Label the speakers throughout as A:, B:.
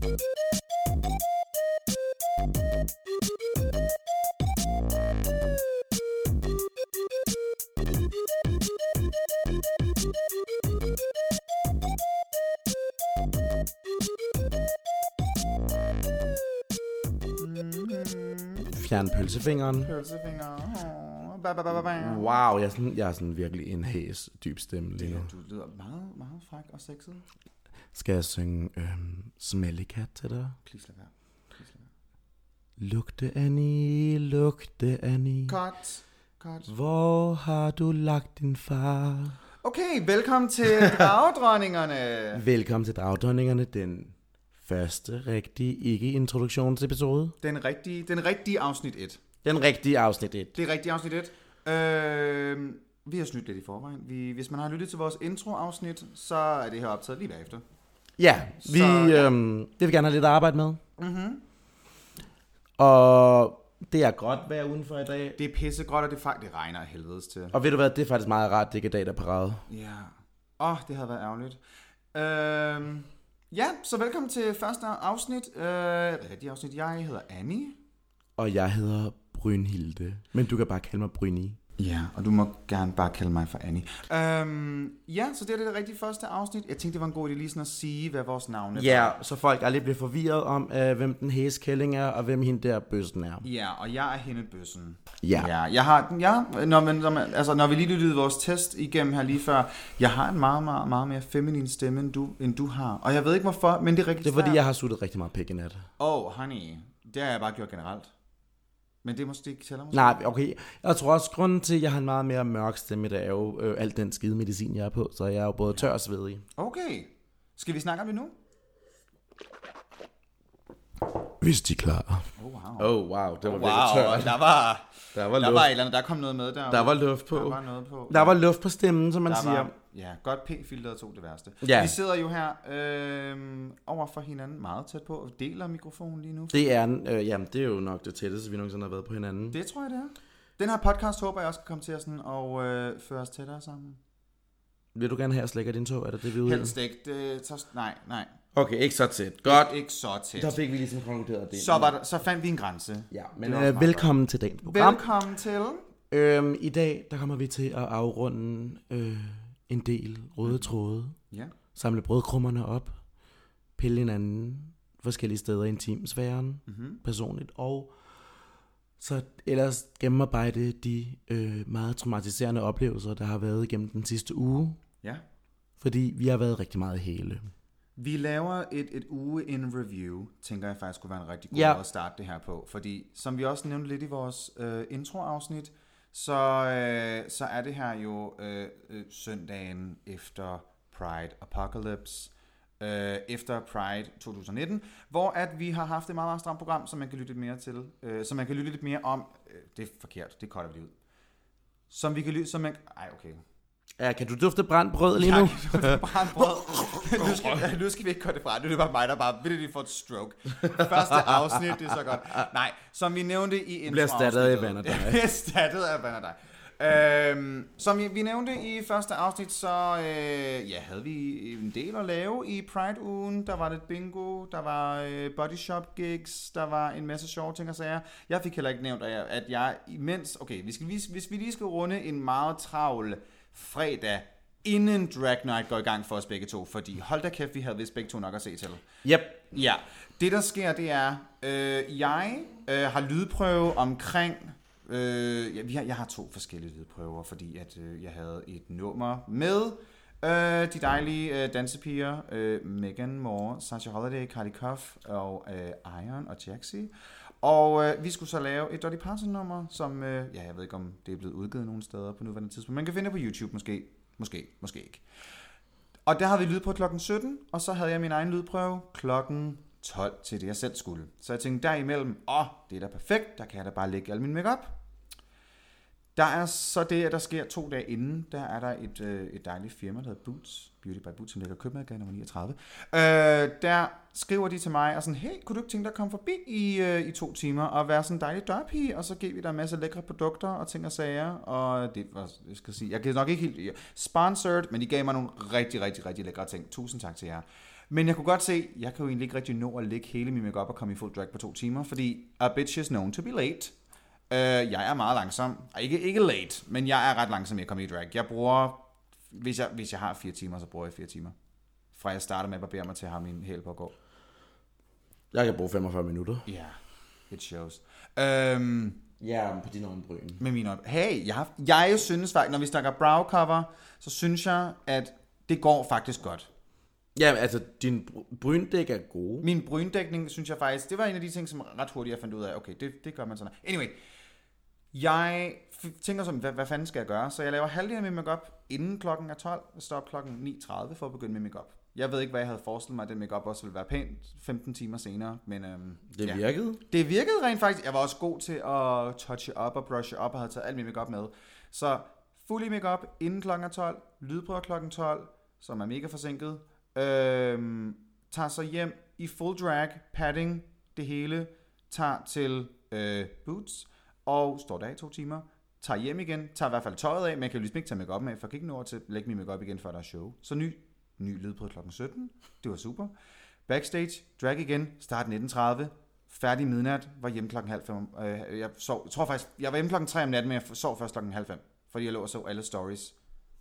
A: Fjern pølsefingeren. Wow, jeg er sådan virkelig en hæs, dyb stemme lige nu.
B: Du lyder meget, meget fræk og sexet.
A: Skal jeg synge Smellekat til dig?
B: Please lad være.
A: Lugte Annie.
B: Cut.
A: Hvor har du lagt din far?
B: Okay, velkommen til Dragedronningerne.
A: Velkommen til Dragedronningerne, den første rigtige ikke-introduktionsepisode.
B: Den rigtige afsnit 1.
A: Den rigtige afsnit 1.
B: Det er rigtige afsnit 1. Vi har snydt lidt i forvejen. Hvis man har lyttet til vores intro-afsnit, så er det her optaget lige bagefter.
A: Ja, det vil vi gerne have lidt arbejde med. Mm-hmm. Og det er godt vejr udenfor i dag.
B: Det er pissegråt, og det regner af helvedes til.
A: Og ved du hvad, det er faktisk meget rart, det ikke er dag, der er parade.
B: Ja. Det havde været ærgerligt. Ja, så velkommen til første afsnit. Rigtigt afsnit. Jeg hedder Annie.
A: Og jeg hedder Brynhilde. Men du kan bare kalde mig Bryni.
B: Ja, og du må gerne bare kalde mig for Annie. Så det er det rigtige første afsnit. Jeg tænkte, det var en god idé lige sådan at sige, hvad vores navn er.
A: Ja, så folk aldrig bliver forvirret om, hvem den hæskælling er, og hvem hende der bøssen er.
B: Ja, og jeg er hende bøssen.
A: Ja.
B: Jeg har, når vi lige lyttede vores test igennem her lige før, jeg har en meget, meget, meget mere feminin stemme, end du har. Og jeg ved ikke hvorfor, men det er rigtig
A: Det er fordi, jeg har suttet rigtig meget pik i nat.
B: Honey, det har jeg bare gjort generelt. Men det måske ikke tæller måske.
A: Nej, okay. Jeg tror også, grunden til, at jeg har en meget mere mørk stemme, det er jo alt den skide medicin, jeg er på. Så jeg er jo både tør og svedig.
B: Okay. Skal vi snakke om det nu?
A: Hvis de er klar.
B: Oh
A: wow. Det var virkelig tørt.
B: Der var et eller andet, der kom noget med der.
A: Der var luft på.
B: Der var noget på.
A: Der var luft på stemmen, som man siger.
B: Ja, godt p-filteret tog det værste.
A: Ja.
B: Vi sidder jo her over for hinanden meget tæt på og deler mikrofonen lige nu.
A: Det er, det er jo nok det tætteste, vi nogensinde har været på hinanden.
B: Det tror jeg, det er. Den her podcast håber jeg også kan komme til at sådan, og føre os tættere sammen.
A: Vil du gerne have, at slækker din tog? Er det det, vi er ude?
B: Helst ikke. Nej.
A: Okay, ikke så tæt. Godt.
B: Ikke så tæt.
A: Der fik vi ligesom konkluderet det.
B: Så fandt vi en grænse.
A: Ja, men velkommen til dagens program.
B: Velkommen til.
A: I dag, der kommer vi til at afrunde en del røde tråde.
B: Ja.
A: Samle brødkrummerne op. Pille hinanden forskellige steder i intimsfæren, personligt. Og så ellers gennemarbejde de meget traumatiserende oplevelser, der har været igennem den sidste uge.
B: Ja.
A: Fordi vi har været rigtig meget hele.
B: Vi laver et uge in review, tænker jeg faktisk kunne være en rigtig god måde at starte det her på. Fordi som vi også nævnte lidt i vores introafsnit, så er det her jo søndagen efter Pride Apocalypse, efter Pride 2019, hvor at vi har haft et meget, meget stramt program, som man kan lytte lidt mere til, som man kan lytte lidt mere om. Det er forkert, det cutter vi ud. Som vi kan lytte, som man... Ej, okay.
A: Ja, kan du dufte brændt brød lige nu?
B: Ja, kan du dufte brændt brød? Nu skal vi ikke gøre det fra. Nu er det bare mig, der bare vil få et stroke. Første afsnit, det er så godt. Nej, som vi nævnte i introafsnittet.
A: Bliver erstattet af Vand og dig.
B: Bliver erstattet af Vand og dig. Som vi nævnte i første afsnit, så havde vi en del at lave i Pride-ugen. Der var lidt bingo, der var body shop gigs, der var en masse sjove ting og sager. Jeg fik heller ikke nævnt, at jeg imens... Okay, hvis vi lige skal runde en meget travl fredag, inden Drag Night går i gang for os begge to, fordi hold da kæft, vi havde vist begge to nok at se til.
A: Yep.
B: Ja, det der sker, det er, jeg har lydprøve omkring... Jeg har 2 forskellige lydprøver, fordi at jeg havde et nummer med de dejlige dansepiger, Megan Moore, Sasha Holiday, Carly Cuff og Iron og Jaxie. Og vi skulle så lave et Dolly Parton-nummer, som, jeg ved ikke om det er blevet udgivet nogen steder på nuværende tidspunkt. Man kan finde det på YouTube, måske ikke. Og der havde vi lyd på klokken 17, og så havde jeg min egen lydprøve klokken 12 til det, jeg selv skulle. Så jeg tænkte derimellem, det er da perfekt, der kan jeg da bare lægge al min makeup. Der er så det, at der sker 2 dage inden, der er der et dejligt firma, der hedder Boots, Beauty by Boots, som ligger i Købmagergade nummer 39. Der skriver de til mig og sådan, hey, kunne du ikke tænke dig at komme forbi i 2 timer og være sådan en dejlig dørpige, og så giver vi dig en masse lækre produkter og ting og sager, og det var, jeg kan nok ikke helt sponsored, men de gav mig nogle rigtig, rigtig, rigtig lækre ting. Tusind tak til jer. Men jeg kunne godt se, jeg kan jo egentlig ikke rigtig nå at lægge hele min makeup og komme i fuld drag på 2 timer, fordi a bitch is known to be late. Jeg er meget langsom. Ikke late, men jeg er ret langsom i at komme i drag. Jeg bruger, hvis jeg har 4 timer, så bruger jeg 4 timer. Fra jeg starter med at barbere mig til at have min hæl på at gå.
A: Jeg kan bruge 45 minutter.
B: Ja, yeah, it shows.
A: Ja, på dine øjenbryn.
B: Med mine øjenbryn. Hey, jeg synes faktisk, når vi snakker brow cover, så synes jeg, at det går faktisk godt.
A: Ja, altså, din bryndæk er gode.
B: Min bryndækning, synes jeg faktisk, det var en af de ting, som ret hurtigt jeg fandt ud af, okay, det gør man sådan. Anyway, jeg tænker som, hvad fanden skal jeg gøre? Så jeg laver halvdelen af min makeup inden klokken er 12, og stopper klokken 9:30 for at begynde med makeup. Jeg ved ikke, hvad jeg havde forestillet mig, at den makeup også ville være pænt 15 timer senere, men
A: det virkede?
B: Ja. Det virkede rent faktisk. Jeg var også god til at touche op og brushe op og havde taget alt min makeup med. Så fuld i makeup inden klokken er 12, lydprøver klokken 12, som er mega forsinket. Tager så hjem i full drag, padding, det hele, tager til Boots og står der i 2 timer, tager hjem igen, tager i hvert fald tøjet af, men jeg kan jo ligesom ikke tage makeup med, for jeg kan ikke nå til at lægge min makeup igen, før der er show. Så ny lydprøve klokken 17, det var super. Backstage, drag igen, start 19:30, færdig midnat, var hjemme klokken 4:30. Jeg tror faktisk, jeg var hjemme klokken 3 om natten, men jeg sov først klokken 4:30, fordi jeg lå og så alle stories.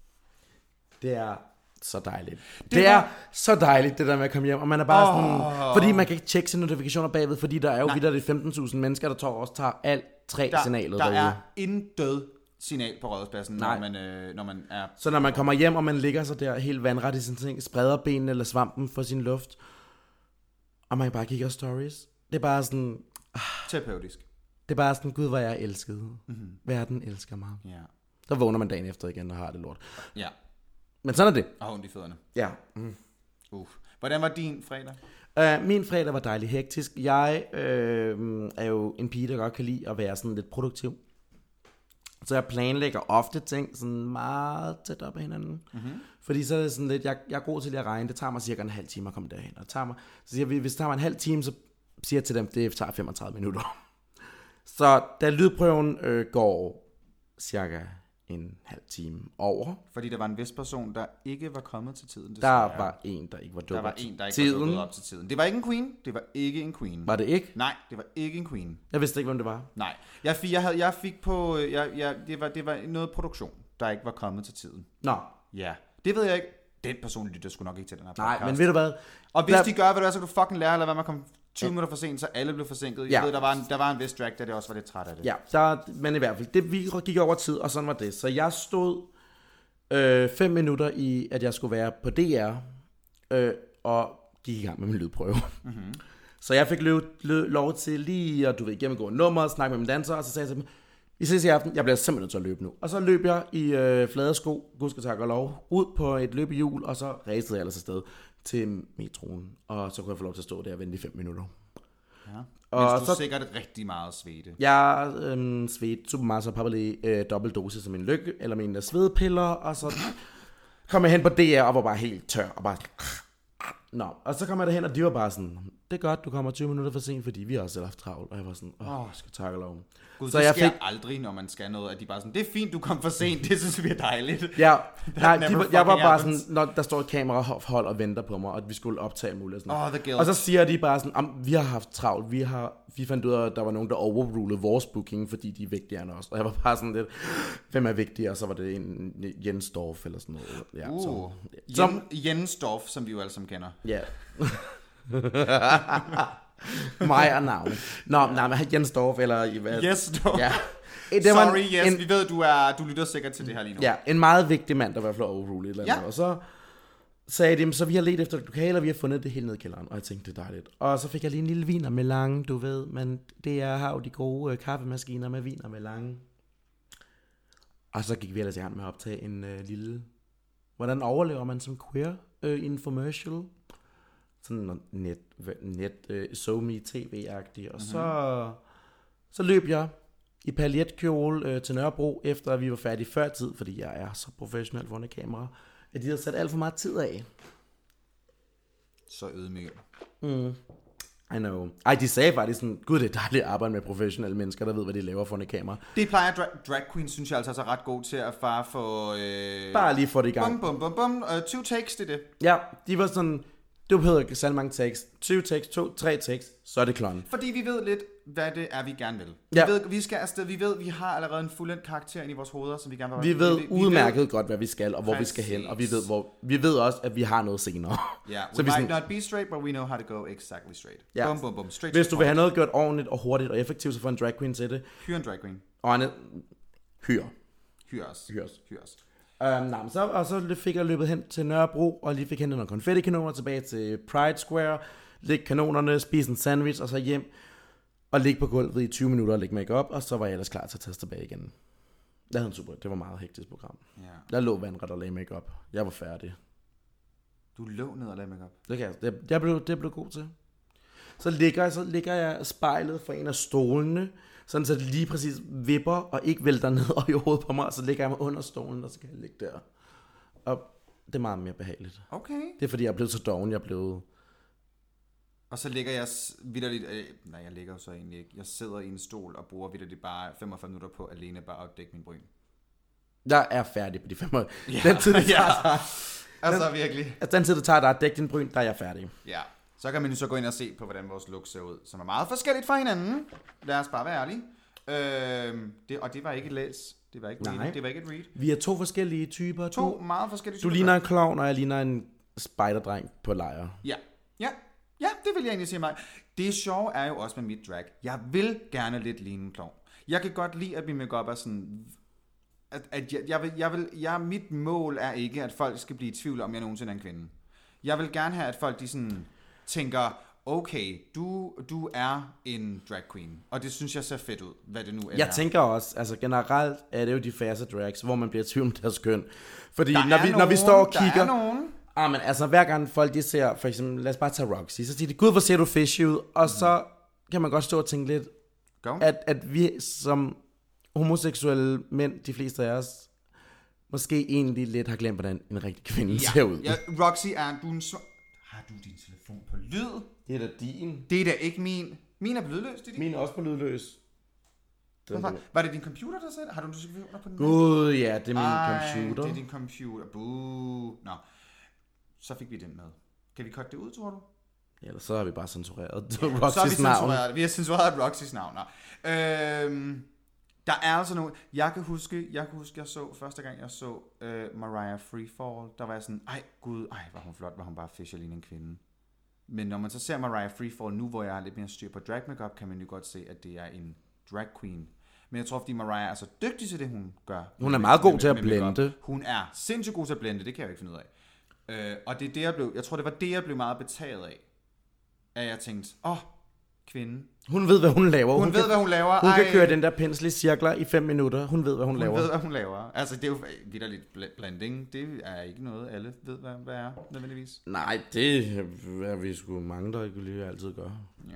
A: Det er så dejligt. Det er så dejligt, det der med at komme hjem, og man er bare sådan, fordi man kan ikke tjekke sine notifikationer bagved, fordi der er jo videre 15.000 mennesker, der også tager alt 3 signalet
B: derude. Der
A: er
B: intet signal på Rådhuspladsen, når man er...
A: Så når man kommer hjem, og man ligger så der helt vandret i sin ting, spreder benene eller svampen for sin luft, og man bare kigger stories, det er bare sådan...
B: terapeutisk.
A: Det er bare sådan, gud, hvor jeg elskede. Mm-hmm. Verden elsker mig.
B: Ja.
A: Så vågner man dagen efter igen og har det lort.
B: Ja.
A: Men sådan er det.
B: Og ondt i fødderne.
A: Ja.
B: Hvordan var din fredag?
A: Min fredag var dejlig hektisk. Jeg er jo en pige, der godt kan lide at være sådan lidt produktiv. Så jeg planlægger ofte ting sådan meget tæt op ad hinanden. Mm-hmm. Fordi så er det sådan lidt, jeg er god til at regne. Det tager mig cirka en halv time at komme derhen. Og så siger vi, hvis det tager mig en halv time, så siger jeg til dem, det tager 35 minutter. Så da lydprøven går cirka en halv time over.
B: Fordi der var en vis person, der ikke var kommet til tiden.
A: Der var en, der ikke var dukket
B: op til tiden. Det var ikke en queen. Det var ikke en queen.
A: Var det ikke?
B: Nej, det var ikke en queen.
A: Jeg vidste ikke, hvem det var.
B: Nej. Det var noget produktion, der ikke var kommet til tiden.
A: Nå.
B: Ja. Det ved jeg ikke. Den person lytter sgu nok ikke til den her podcast.
A: Nej, men ved du hvad?
B: Og hvis de gør, så kan du fucking lære, eller hvad man kommer 20 minutter for sent, så alle blev forsinket. Jeg ved, der var en vis drag, der det også var lidt træt af det.
A: Ja, men i hvert fald, vi gik over tid, og sådan var det. Så jeg stod 5 minutter i, at jeg skulle være på DR, og gik i gang med min lydprøve. Mm-hmm. Så jeg fik lov til lige at, gennemgå nummer, snakke med min danser, og så sagde jeg til dem, vi ses i aften, jeg bliver simpelthen nødt til at løbe nu. Og så løb jeg i flade sko, gudsketack og lov, ud på et løbehjul, og så racede jeg ellers afsted til metroen. Og så kunne jeg få lov til at stå der og vente i 5 minutter.
B: Ja. Og du så sikkert rigtig meget svede.
A: Jeg svedte super meget, så pappede dobbelt dosis af min lykke, eller mine svedpiller, og så kom jeg hen på DR og var bare helt tør, og bare... Nå, og så kom jeg derhen, og de var bare sådan, det er godt, du kommer 20 minutter for sent, fordi vi har også selv haft travlt. Og jeg var sådan, skal takke lov.
B: Gud, så det sker aldrig, når man skal noget, at de bare sådan, det er fint, du kom for sent, det synes vi er dejligt.
A: Ja, jeg var bare sådan, når der står et kamerahold og venter på mig, og vi skulle optage muligt. Og så siger de bare sådan, vi har haft travlt, vi fandt ud af, at der var nogen, der overrulede vores booking, fordi de er vigtigere end os. Og jeg var bare sådan lidt, hvem er vigtig? Og så var det en Jens Dorf eller sådan noget. Ja,
B: Jens Dorf, som vi jo alle sammen kender.
A: Ja. Mig og navn. Nej, men Jens Dorf eller...
B: Jens Dorf.
A: Ja.
B: Sorry, Jens, vi ved, du lytter sikkert til det her lige nu.
A: Ja, en meget vigtig mand, der var i hvert fald overrulet eller andet. Og så sagde de, så vi har let efter et lokale, og vi har fundet det helt ned i kælderen. Og jeg tænkte, det er dejligt. Og så fik jeg lige en lille viner med lange, du ved. Men det har jo de gode kaffemaskiner med viner med lange. Og så gik vi ellers i gang med at optage en lille... Hvordan overlever man som queer i en commercial? Sådan net SoMe TV-agtig. Og så løb jeg i paljetkjole til Nørrebro, efter at vi var færdige før tid, fordi jeg er så professionel foran kamera, at de havde sat alt for meget tid af.
B: Så ydmyg.
A: I know. Ej, de sagde faktisk sådan, gud, det er dejligt at arbejde med professionelle mennesker, der ved, hvad de laver foran kamera.
B: Det plejer drag queen, synes jeg altså er ret god til at fare for...
A: Bare lige få det i gang.
B: Bum. 20 takes, det er det.
A: Ja, de var sådan... Du behøver ikke særlig mange tekst. 20 tekst, 3 tekst, så er det klon.
B: Fordi vi ved lidt, hvad det er, vi gerne vil.
A: Ja.
B: Vi ved, vi skal afsted. Vi ved, vi har allerede en fuldendt karakter i vores hoveder, som vi gerne vil.
A: Vi ved udmærket godt, hvad vi skal, og hvor vi skal hen. Og vi ved også, at vi har noget senere.
B: Ja,
A: så
B: we might not be straight, but we know how to go exactly straight.
A: Ja.
B: Bum, bum, bum. Straight.
A: Hvis du vil have noget gjort ordentligt og hurtigt og effektivt, så få en drag queen til det.
B: Hyr en drag queen.
A: Og han hyr
B: os.
A: Så fik jeg løbet hen til Nørrebro, og lige fik hentet nogle konfettikanoner tilbage til Pride Square, lægge kanonerne, spise en sandwich, og så hjem og ligge på gulvet i 20 minutter og lægge make-up, og så var jeg ellers klar til at tage tilbage igen. Det var meget hektisk program.
B: Ja.
A: Jeg lå vandret og lagde make-up. Jeg var færdig.
B: Du lå ned og lagde make-up?
A: Det blev god til. Så ligger jeg spejlet for en af stolene, sådan så det lige præcis vipper og ikke vælter ned og i hovedet på mig, og så ligger jeg mig under stolen, og så kan jeg ligge der. Og det er meget mere behageligt.
B: Okay.
A: Det er fordi, jeg er blevet så doven, jeg er blevet...
B: Og så ligger jeg vitterligt... Nej, jeg ligger jo så egentlig ikke. Jeg sidder i en stol og bruger vitterligt bare 45 minutter på alene bare at dække min bryn.
A: Jeg er færdig på de 5 år.
B: Ja.
A: Den tid, det tager,
B: altså virkelig.
A: Altså den tid, det tager dig at dække din bryn, der er jeg færdig.
B: Ja. Så kan man jo så gå ind og se på, hvordan vores look ser ud, som er meget forskelligt fra hinanden. Lad os bare være ærlige. Det var ikke et læs. Det var ikke read. Det var ikke et read.
A: Vi er 2 forskellige typer.
B: To meget forskellige typer.
A: Du ligner en clown, og jeg ligner en spejderdreng på lejr.
B: Ja, det vil jeg egentlig sige mig. Det sjove er jo også med mit drag. Jeg vil gerne lidt ligne en clown. Jeg kan godt lide, at min makeup er sådan... Mit mål er ikke, at folk skal blive i tvivl om, jeg nogensinde er en kvinde. Jeg vil gerne have, at folk de sådan tænker, okay, du er en drag queen. Og det synes jeg ser fedt ud, hvad det nu er.
A: Jeg tænker også, altså generelt er det jo de færreste drags, hvor man bliver i tvivl om deres køn. Fordi når vi står og kigger...
B: Der er nogen.
A: Men altså hver gang folk de ser, for eksempel, lad os bare tage Roxy, så siger de, gud hvor ser du fishy ud, og så kan man godt stå og tænke lidt, at vi som homoseksuelle mænd, de fleste af os, måske egentlig lidt har glemt, hvordan en rigtig kvinde ser ud.
B: Ja, Roxy, har du din telefon på lyd?
A: Det er da din.
B: Det er da ikke min. Min er på lydløs, det er din.
A: Min er også på lydløs.
B: Var det din computer, der sagde det? Har du notifikationer på den?
A: Gud, ja, det er min computer.
B: Det er din computer. Buh. Nå. Så fik vi den med. Kan vi cutte det ud, tror du?
A: Ja, eller så har vi bare censureret
B: Roxys navn. Vi har censureret Roxys navn. Der er altså nogle... Jeg kan huske, jeg så første gang, jeg så Mariah Freefall, der var jeg sådan, var hun flot, var hun bare fishy lige en kvinde. Men når man så ser Mariah Freefall nu, hvor jeg har lidt mere styr på drag makeup, kan man jo godt se, at det er en drag queen. Men jeg tror, fordi Mariah er så dygtig til det, hun gør.
A: Hun er meget god til at blende.
B: Hun er sindssygt god til at blende, det kan jeg jo ikke finde ud af. Og det er det, jeg tror, det var det, jeg blev meget betaget af. At jeg tænkte, kvinde.
A: Hun ved, hvad hun laver.
B: Hun ved, hvad hun laver.
A: Hun kan køre den der pensel i cirkler i 5 minutter. Hun ved, hvad hun laver.
B: Hun ved, hvad hun laver. Altså, det er jo vitterligt blending. Det er ikke noget, alle ved, hvad er, nødvendigvis.
A: Nej, det er vi sgu mange, der ikke lige altid gør.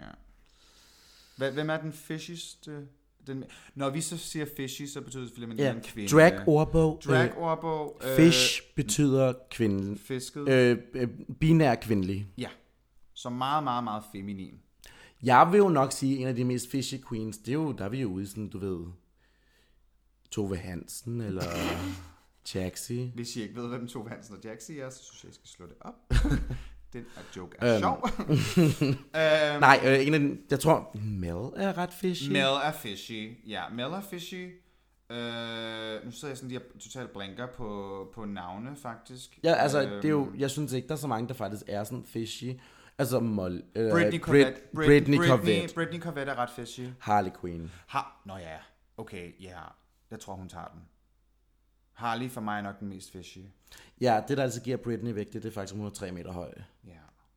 B: Ja. Hvem er den fishigste? Når vi så siger fishy, så betyder det selvfølgelig, at man er en kvinde.
A: Drag-ordbog. Fish betyder kvinde.
B: Fisket.
A: Binær kvindelig.
B: Ja. Så meget, meget, meget feminin.
A: Jeg vil jo nok sige, en af de mest fishy queens, det er jo, der er vi jo ude sådan, du ved, Tove Hansen eller Jaxi.
B: Hvis I ikke ved, hvem Tove Hansen og Jaxi er, så synes jeg skal slå det op. Den joke er sjov.
A: Nej, jeg tror, Mel er ret fishy.
B: Mel er fishy. Ja, Mel er fishy. Nu sidder jeg sådan lige totalt blanker på navne, faktisk.
A: Ja, altså, det er jo, jeg synes ikke, der er så mange, der faktisk er sådan fishy. Altså,
B: Britney Corvette. Britney Corvette er ret fishy.
A: Harley Quinn.
B: Nå ja, okay, ja. Jeg tror, hun tager den. Harley for mig er nok den mest fishy.
A: Ja, det der altså giver Britney væk, det er faktisk, hun er 3 meter høj.
B: Ja.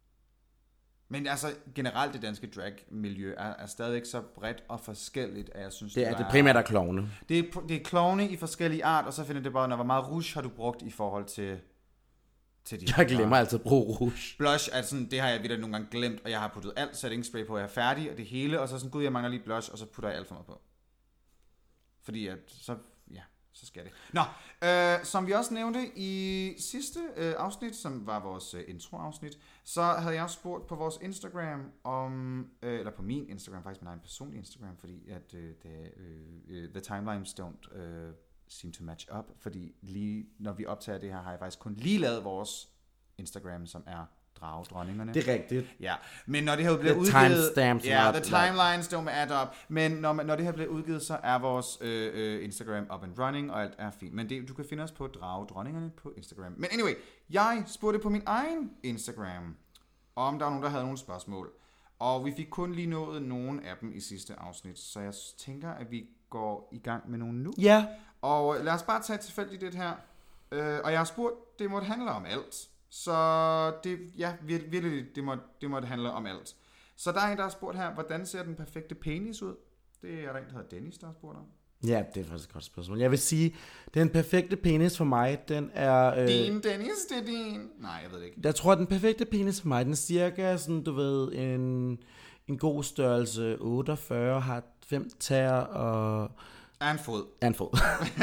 B: Men altså, generelt det danske drag-miljø er stadigvæk så bredt og forskelligt, at jeg synes,
A: det primært er klovne.
B: Det er klovne i forskellige art, og så finder det bare, hvor meget rouge har du brugt i forhold til de
A: jeg glemmer altid at bruge rouge.
B: Blush, altså, det har jeg videre nogle gange glemt, og jeg har puttet alt setting spray på, jeg er færdig, og det hele, og så sådan, gud, jeg mangler lige blush, og så putter jeg alt for meget på. Fordi at, så skal det. Nå, som vi også nævnte i sidste afsnit, som var vores intro-afsnit, så havde jeg spurgt på vores Instagram eller på min Instagram, faktisk min egen personlige Instagram, fordi at the timelines don't seem to match up, fordi lige når vi optager det her, har jeg faktisk kun lige lavet vores Instagram, som er dragedronningerne.
A: Det er rigtigt.
B: Ja, men når det her bliver udgivet...
A: Timestamps.
B: Ja, the timelines don't add up. Men når det her bliver udgivet, så er vores Instagram up and running, og alt er fint. Men du kan finde os på dragedronningerne på Instagram. Men anyway, jeg spurgte på min egen Instagram, om der var nogen, der havde nogle spørgsmål. Og vi fik kun lige nået nogle af dem i sidste afsnit, så jeg tænker, at vi går i gang med nogle nu.
A: Ja.
B: Og lad os bare tage tilfældigt det her. Og jeg har spurgt, det måtte handle om alt. Så det, ja, virkelig, det måtte handle om alt. Så der er en, der har spurgt her, hvordan ser den perfekte penis ud? Det er der en, der hedder Dennis, der har spurgt om.
A: Ja, det er faktisk et godt spørgsmål. Jeg vil sige, den perfekte penis for mig, den er...
B: Din, Dennis, det er din. Nej, jeg ved det ikke.
A: Jeg tror, den perfekte penis for mig, den er cirka sådan, du ved, en god størrelse 48, har 5 tæer og...
B: Er en fod.
A: Er en fod.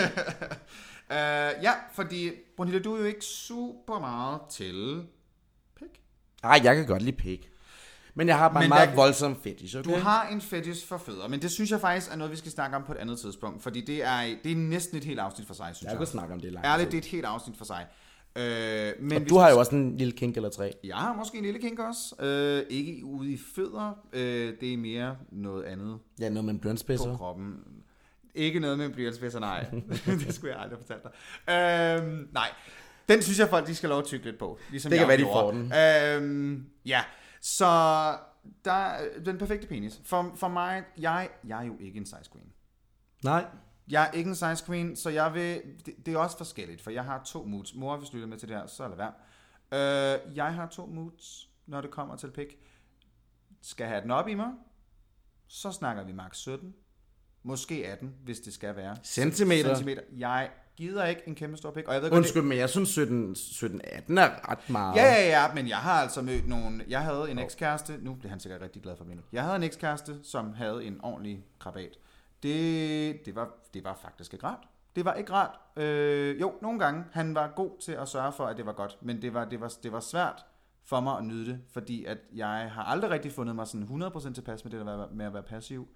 B: Ja, fordi, Brunhilde, du er jo ikke super meget til pik.
A: Nej, jeg kan godt lide pik. Men jeg har bare en meget voldsom fetish, okay?
B: Du har en fetish for fødder, men det synes jeg faktisk er noget, vi skal snakke om på et andet tidspunkt, fordi det er næsten et helt afsnit for sig, synes jeg.
A: Jeg kan snakke om det langt.
B: Ærligt, det er et helt afsnit for sig. Men
A: og du har jo også en lille kink eller 3.
B: Jeg har måske en lille kink også. Ikke ude i fødder. Det er mere noget andet.
A: Ja, noget med en blyantspidser.
B: På kroppen. Ikke noget med en blyantspidser, nej. Det skulle jeg aldrig fortælle dig. Nej, den synes jeg folk, de skal lov at tykke lidt på. Ligesom
A: det kan være, de får den.
B: Ja, så den perfekte penis. For mig, jeg er jo ikke en size queen.
A: Nej.
B: Jeg er ikke en size queen, så jeg vil... Det er også forskelligt, for jeg har 2 moods. Mor, hvis du lytter med til det her, så lad være. Jeg har 2 moods, når det kommer til pik. Skal have den op i mig, så snakker vi max 17. Måske 18, hvis det skal være.
A: Centimeter.
B: Jeg gider ikke en kæmpe stor pik. Og jeg ved
A: undskyld, men jeg synes 17-18 er ret meget.
B: Ja, men jeg har altså mødt nogle... Jeg havde en ekskæreste... Nu bliver han sikkert rigtig glad for mig nu. Jeg havde en ekskæreste, som havde en ordentlig krabat. Det var faktisk ikke rart. Det var ikke rart. Jo, nogle gange. Han var god til at sørge for, at det var godt. Men det var svært for mig at nyde det. Fordi at jeg har aldrig rigtig fundet mig sådan 100% tilpas med det der med at være passiv.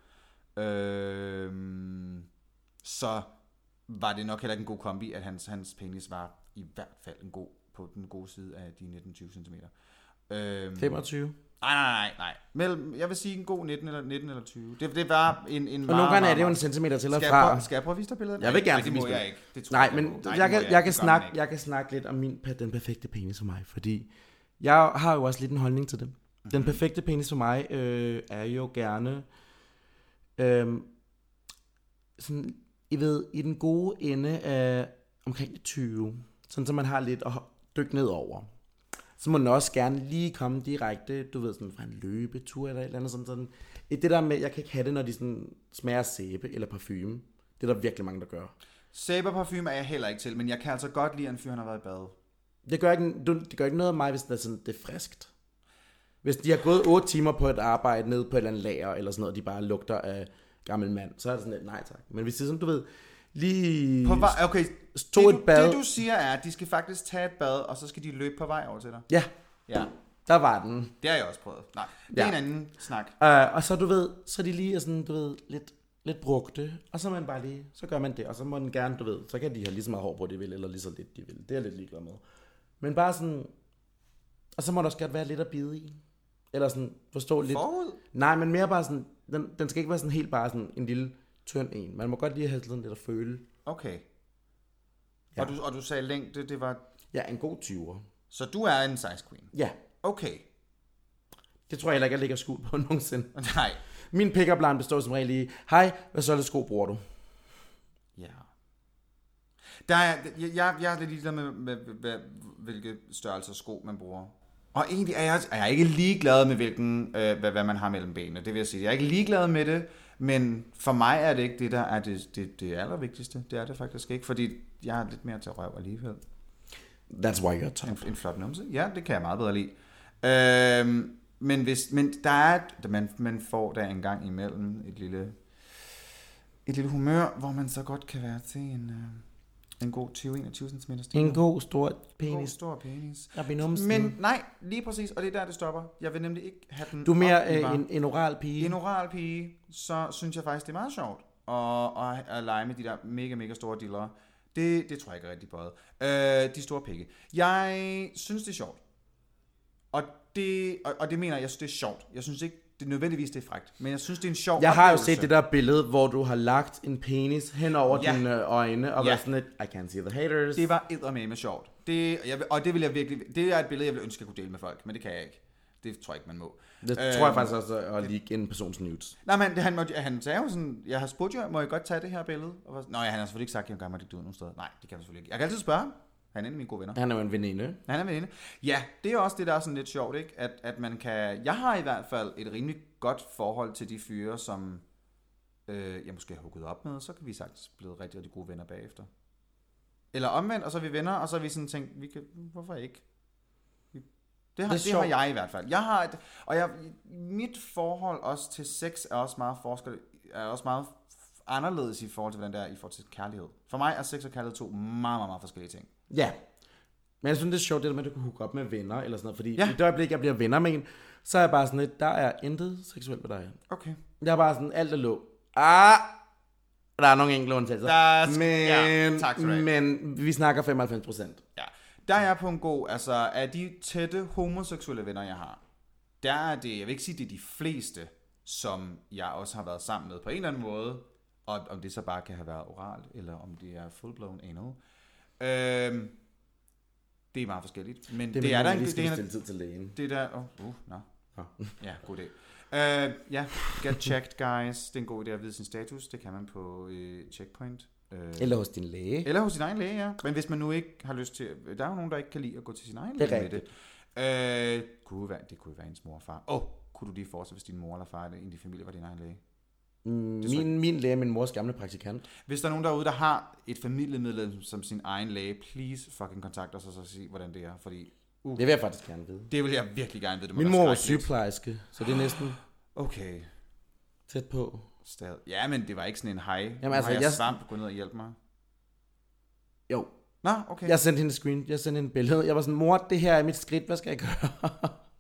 B: Så var det nok heller ikke en god kombi, at hans penis var i hvert fald på den gode side af de 19-20 cm.
A: 25?
B: Nej. Jeg vil sige en god 19 eller 20. Det var en
A: og nogle gange er det jo en centimeter til og fra.
B: Skal jeg prøve at vise dig billedet?
A: Jeg vil gerne
B: det må jeg ikke. Det
A: nej, men jeg kan snakke lidt om den perfekte penis for mig, fordi jeg har jo også lidt en holdning til det. Den perfekte penis for mig er jo gerne sådan, I ved, i den gode ende af omkring 20, sådan så man har lidt at dykke ned over. Så må den også gerne lige komme direkte, du ved, sådan fra en løbetur eller et eller andet sådan. Det der med, jeg kan ikke have det, når de sådan smager sæbe eller parfume. Det er der virkelig mange, der gør.
B: Sæbe og parfume er jeg heller ikke til, men jeg kan altså godt lide, at en fyr, han har været i bad.
A: Det gør ikke noget af mig, hvis det er, sådan, det er friskt. Hvis de har gået 8 timer på et arbejde nede på et eller andet lager, eller sådan noget, de bare lugter af gammel mand, så er det sådan lidt, nej tak. Men hvis det er sådan, du ved, lige
B: okay,
A: et bad.
B: Det du siger er, at de skal faktisk tage et bad, og så skal de løbe på vej over til dig.
A: Ja. Der var den.
B: Det har jeg også prøvet. Nej, det er en anden snak.
A: Og så du ved, så de lige er sådan, du ved, lidt brugte, og så man bare lige, så gør man det, og så må den gerne, du ved, så kan de have lige så meget hår på, de vil, eller lige så lidt, de vil. Det er jeg lidt ligeglad med. Men bare sådan, og så må der også godt være lidt at bide i. Eller sådan, forstå lidt.
B: Forud?
A: Nej, men mere bare sådan, den skal ikke være sådan helt bare sådan en lille tynd en. Man må godt lige have sådan lidt at føle.
B: Okay.
A: Ja.
B: Og du sagde længde, det var...
A: Ja, en god 20'er.
B: Så du er en size queen?
A: Ja.
B: Okay.
A: Det tror jeg heller ikke, jeg lægger skuld på nogensinde.
B: Nej.
A: Min pick-up line består som regel i, hej, hvad så lidt sko bruger du?
B: Ja. Jeg er lidt ligeglad med hvilke størrelser sko man bruger. Og egentlig er jeg ikke ligeglad med hvad man har mellem benene. Det vil jeg sige. Jeg er ikke ligeglad med det, men for mig er det ikke det, der er det allervigtigste. Det er det faktisk ikke, fordi jeg har lidt mere til røv alligevel.
A: That's why you're top.
B: En flot numse. Ja, det kan jeg meget bedre lide. Men der er, man får der en gang imellem et lille humør, hvor man så godt kan være til en god 20-21 cm stil.
A: En god stor penis.
B: En god stor penis.
A: Men
B: nej, lige præcis, og det er der, det stopper. Jeg vil nemlig ikke have den.
A: Du er mere en oral pige.
B: En oral pige, så synes jeg faktisk, det er meget sjovt at lege med de der mega, mega store dillere. Det tror jeg ikke er rigtig bøjet. De store pikke. Jeg synes, det er sjovt Og det mener jeg synes, det er sjovt. Jeg synes ikke, det er nødvendigvis, det er frækt. Men jeg synes, det er en sjov
A: Jeg har jo
B: oplevelse.
A: set det der billede, hvor du har lagt en penis hen over dine øjne, og været sådan lidt, I can't see the haters.
B: Det var eddermame sjovt. Det vil jeg virkelig... Det er et billede, jeg vil ønske, at kunne dele med folk, men det kan jeg ikke. Det tror jeg ikke, man må.
A: Det tror jeg faktisk også at leak en persons nudes.
B: Nej, men han sagde jo sådan, jeg har spurgt jer, må jeg godt tage det her billede? Og han har selvfølgelig ikke sagt, at jeg kan det ud nogen steder. Nej, det kan jeg selvfølgelig ikke. Jeg kan altid spørge ham. Han er en af mine gode venner.
A: Han er jo en veninde.
B: Han er en veninde. Ja, det er også det, der er sådan lidt sjovt, ikke? At man kan... Jeg har i hvert fald et rimelig godt forhold til de fyre, som jeg måske har hugget op med, så kan vi sagtens blive rigtig, rigtig gode venner bagefter. Eller omvendt, og så er vi venner, og så er vi sådan tænkt, hvorfor ikke? Det har jeg i hvert fald. Mit forhold også til sex er også meget anderledes i forhold til, hvordan det er i forhold til kærlighed. For mig er sex og kærlighed to meget, meget, meget forskellige ting.
A: Ja. Men jeg synes, det er sjovt, det der med, at du kan hooke op med venner, eller sådan noget, fordi i det øjeblik, jeg bliver venner med en, så er jeg bare sådan lidt, der er intet seksuelt med dig.
B: Okay.
A: Jeg er bare sådan, alt er lå. Der er nogle enkelte undtagelser. Men vi snakker 95%.
B: Ja. Der er jeg på en god, altså af de tætte homoseksuelle venner, jeg har, der er det, jeg vil ikke sige, det er de fleste, som jeg også har været sammen med på en eller anden måde, og om det så bare kan have været oralt, eller om det er full-blown anal. Det er meget forskelligt, men det er der en
A: tid til lægen.
B: Det der, ja, god idé. Get checked, guys. Det er en god idé at vide sin status. Det kan man på Checkpoint.
A: Eller hos din læge.
B: Eller hos sin egen læge, ja. Men hvis man nu ikke har lyst til... Der er jo nogen, der ikke kan lide at gå til sin egen læge med det. Det kunne være ens mor og far. Kunne du lige forestille, hvis din mor eller far i din familie var din egen læge?
A: Min læge er min mors gamle praktikant.
B: Hvis der er nogen derude, der har et familiemedlem som sin egen læge, please fucking kontakt os og så sig, hvordan det er. Fordi,
A: det vil jeg faktisk gerne vide.
B: Det vil jeg virkelig gerne vide.
A: Min mor var sygeplejerske, så det er næsten
B: okay.
A: Tæt på.
B: Ja, men det var ikke sådan en hej.
A: Jamen, altså,
B: jeg svamp, gå ned og hjælpe mig.
A: Jo.
B: Nå, okay.
A: Jeg sendte hende en billede. Jeg var sådan, mor, det her er mit skridt, hvad skal jeg gøre?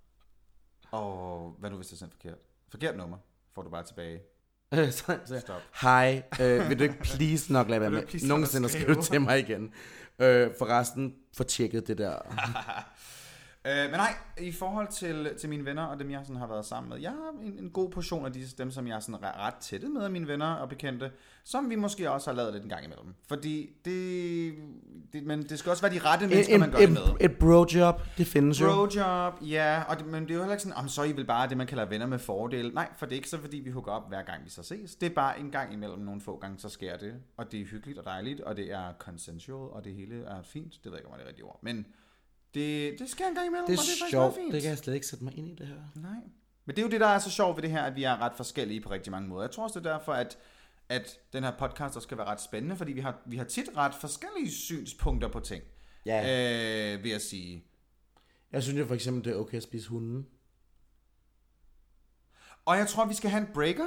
B: Og hvad nu, hvis jeg sendte forkert? Forkert nummer, får du bare tilbage.
A: Stop. Hej, vil du ikke please nok lade være med nogensinde at skrive til mig igen? Forresten, få tjekket det der.
B: Men nej, i forhold til mine venner og dem, jeg sådan har været sammen med, jeg har en god portion af dem, som jeg er sådan ret tætte med af mine venner og bekendte, som vi måske også har lavet lidt en gang imellem. Fordi men det skal også være de rette mennesker, man gør det med.
A: Et brojob, det findes jo.
B: Brojob, ja, men det er jo heller ikke sådan, så I vil bare det, man kalder venner med fordel. Nej, for det er ikke så, fordi vi hooker op hver gang, vi så ses. Det er bare en gang imellem nogle få gange, så sker det. Og det er hyggeligt og dejligt, og det er consensual, og det hele er fint. Det ved jeg ikke, om det er rigtigt ord, men... Det sker en gang imellem,
A: det er
B: og det er
A: sjovt.
B: fint.
A: Det kan jeg slet ikke sætte mig ind i det her.
B: Nej. Men det er jo det, der er så sjovt ved det her, at vi er ret forskellige på rigtig mange måder. Jeg tror også, det er derfor, at den her podcast også skal være ret spændende, fordi vi har tit ret forskellige synspunkter på ting.
A: Ja.
B: Vil jeg sige.
A: Jeg synes jo for eksempel, det er okay at spise hunden.
B: Og jeg tror, vi skal have en breaker.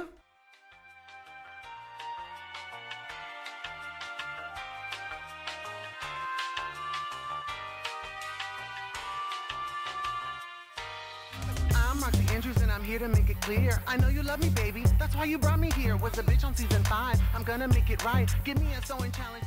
C: Here to make it clear. I know you love me, baby. That's why you brought me here. Was a bitch on season 5. I'm gonna make it right. Give me a sewing challenge.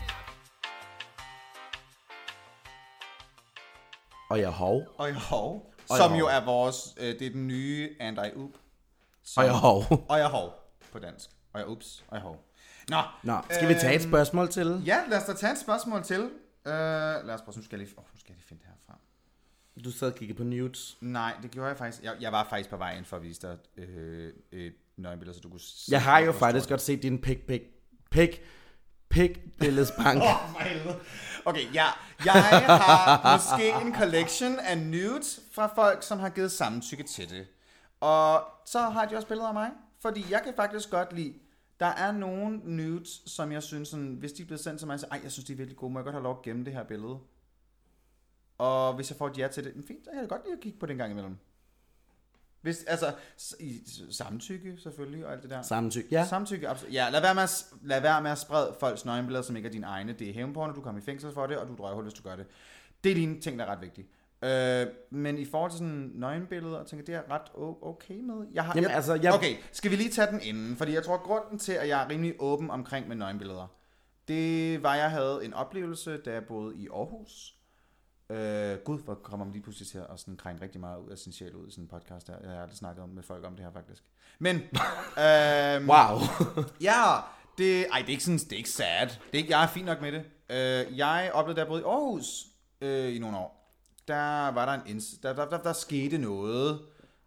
A: Og jeg hov.
B: Som jo er vores, det er den nye and I oop.
A: Og jeg hov.
B: Og jeg hov på dansk. Og jeg ups, og jeg hov.
A: Nå, skal vi tage et spørgsmål til?
B: Ja, lad os da tage et spørgsmål til. Lad os prøve, nu skal jeg lige finde det her frem.
A: Du sad og kiggede på nudes.
B: Nej, det gjorde jeg faktisk. Jeg var faktisk på vej ind for at vise dig et nøgenbillede, så du kunne se.
A: Jeg har jo faktisk godt set din pik-billedsbank.
B: Okay, jeg har måske en collection af nudes fra folk, som har givet samtykke til det. Og så har de også billeder af mig. Fordi jeg kan faktisk godt lide, der er nogle nudes, som jeg synes, sådan, hvis de er blevet sendt til mig, så jeg synes, de er virkelig gode. Må jeg godt have lov at gemme det her billede? Og hvis jeg får et ja til det, fint, så kan jeg godt lide at kigge på det en gang imellem. Hvis, altså, samtykke selvfølgelig, og alt det der.
A: Samtykke, ja.
B: Samtykke, absolut. Ja, lad være med at sprede folks nøgenbilleder, som ikke er dine egne. Det er hævnporno, du kommer i fængsel for det, og du er drøghul, hvis du gør det. Det er dine ting, der er ret vigtige. Men i forhold til sådan nøgenbilleder, tænker det er ret okay med. Okay, skal vi lige tage den inden? Fordi jeg tror, grunden til, at jeg er rimelig åben omkring med nøgenbilleder, det var, jeg havde en oplevelse, da jeg boede i Aarhus. Gud, hvor kommer man lige pludselig til at sådan krænge rigtig meget ud af sin sjæl ud i sådan en podcast her. Jeg har aldrig snakket med folk om det her, faktisk. Men,
A: wow.
B: ja, det er ikke sådan, det er ikke sad. Jeg er fint nok med det. Jeg oplevede, da jeg boede i Aarhus i nogle år, der var der der skete noget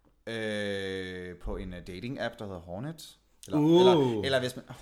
B: på en dating-app, der hedder Hornet. Eller hvis man...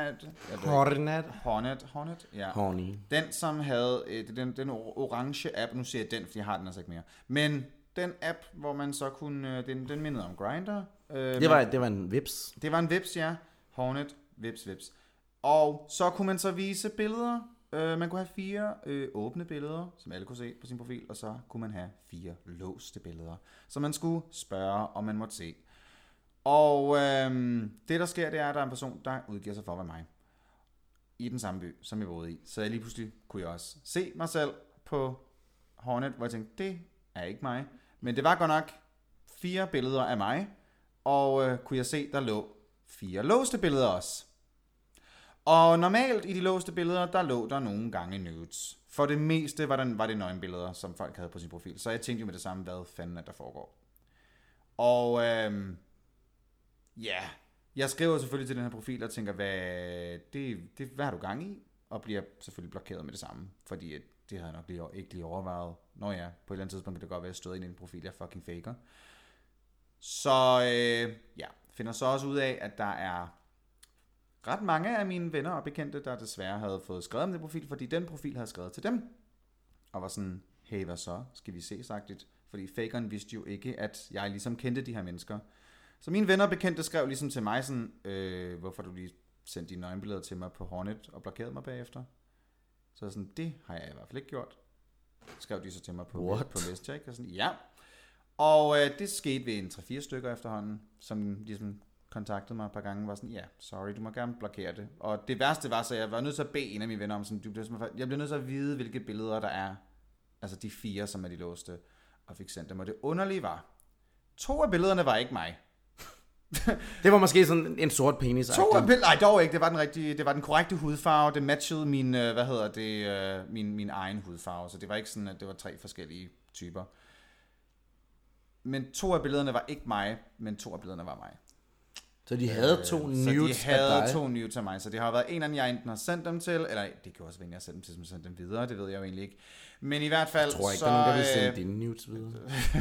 B: Hornet, ja.
A: Horny.
B: Den, som havde den orange app, nu siger jeg den, fordi jeg har den altså ikke mere. Men den app, hvor man så kunne... Den mindede om Grindr.
A: Det var en Vips.
B: Det var en Vips, ja. Hornet, Vips. Og så kunne man så vise billeder. Man kunne have 4 åbne billeder, som alle kunne se på sin profil, og så kunne man have 4 låste billeder, som man skulle spørge, om man måtte se. Og det, der sker, det er, at der er en person, der udgiver sig for at være mig. I den samme by, som jeg boede i. Så jeg lige pludselig kunne jeg også se mig selv på Hornet, hvor jeg tænkte, det er ikke mig. Men det var godt nok 4 billeder af mig, og kunne jeg se, der lå 4 låste billeder også. Og normalt i de låste billeder, der lå der nogle gange nudes. For det meste var det nøgenbilleder, som folk havde på sin profil. Så jeg tænkte jo med det samme, hvad fanden er der foregår. Og jeg skriver selvfølgelig til den her profil og tænker, hvad har du gang i? Og bliver selvfølgelig blokeret med det samme. Fordi det havde jeg nok ikke lige overvejet. Nå ja, på et eller andet tidspunkt kan det godt være, at jeg stod ind i en profil, jeg fucking faker. Så finder så også ud af, at der er ret mange af mine venner og bekendte, der desværre havde fået skrevet om den profil, fordi den profil havde skrevet til dem. Og var sådan, hey, hvad så? Skal vi se sagtigt? Fordi fakeren vidste jo ikke, at jeg ligesom kendte de her mennesker. Så mine venner og bekendte skrev ligesom til mig sådan, hvorfor du lige sendte dine nøgenbilleder til mig på Hornet og blokerede mig bagefter. Så sådan, det har jeg i hvert fald ikke gjort. Skrev de så til mig på Messenger, og sådan, ja. Og det skete ved en 3-4 stykker efterhånden, som ligesom kontaktede mig et par gange, var sådan, ja, sorry, du må gerne blokere det. Og det værste var så, jeg var nødt til at bede en af mine venner om sådan, jeg bliver nødt til at vide, hvilke billeder der er, altså de 4, som er de låste, og fik sendt dem. Og det underlige var, 2 af billederne var ikke mig.
A: Det var måske sådan en sort penis.
B: 2 af billeder, nej dog ikke, det var den korrekte hudfarve, det matchede min, min egen hudfarve, så det var ikke sådan, at det var 3 forskellige typer. Men 2 af billederne var ikke mig, men 2 af billederne var mig.
A: Så de havde 2 nudes af dig?
B: Så de havde 2 nudes af mig, så det har været en af dem, jeg enten har sendt dem til, eller det kan også være, at jeg har sendt dem til, som sendt dem videre, det ved jeg jo egentlig ikke. Men i hvert fald
A: jeg tror ikke, der er nogen, der vil sende dine nudes videre.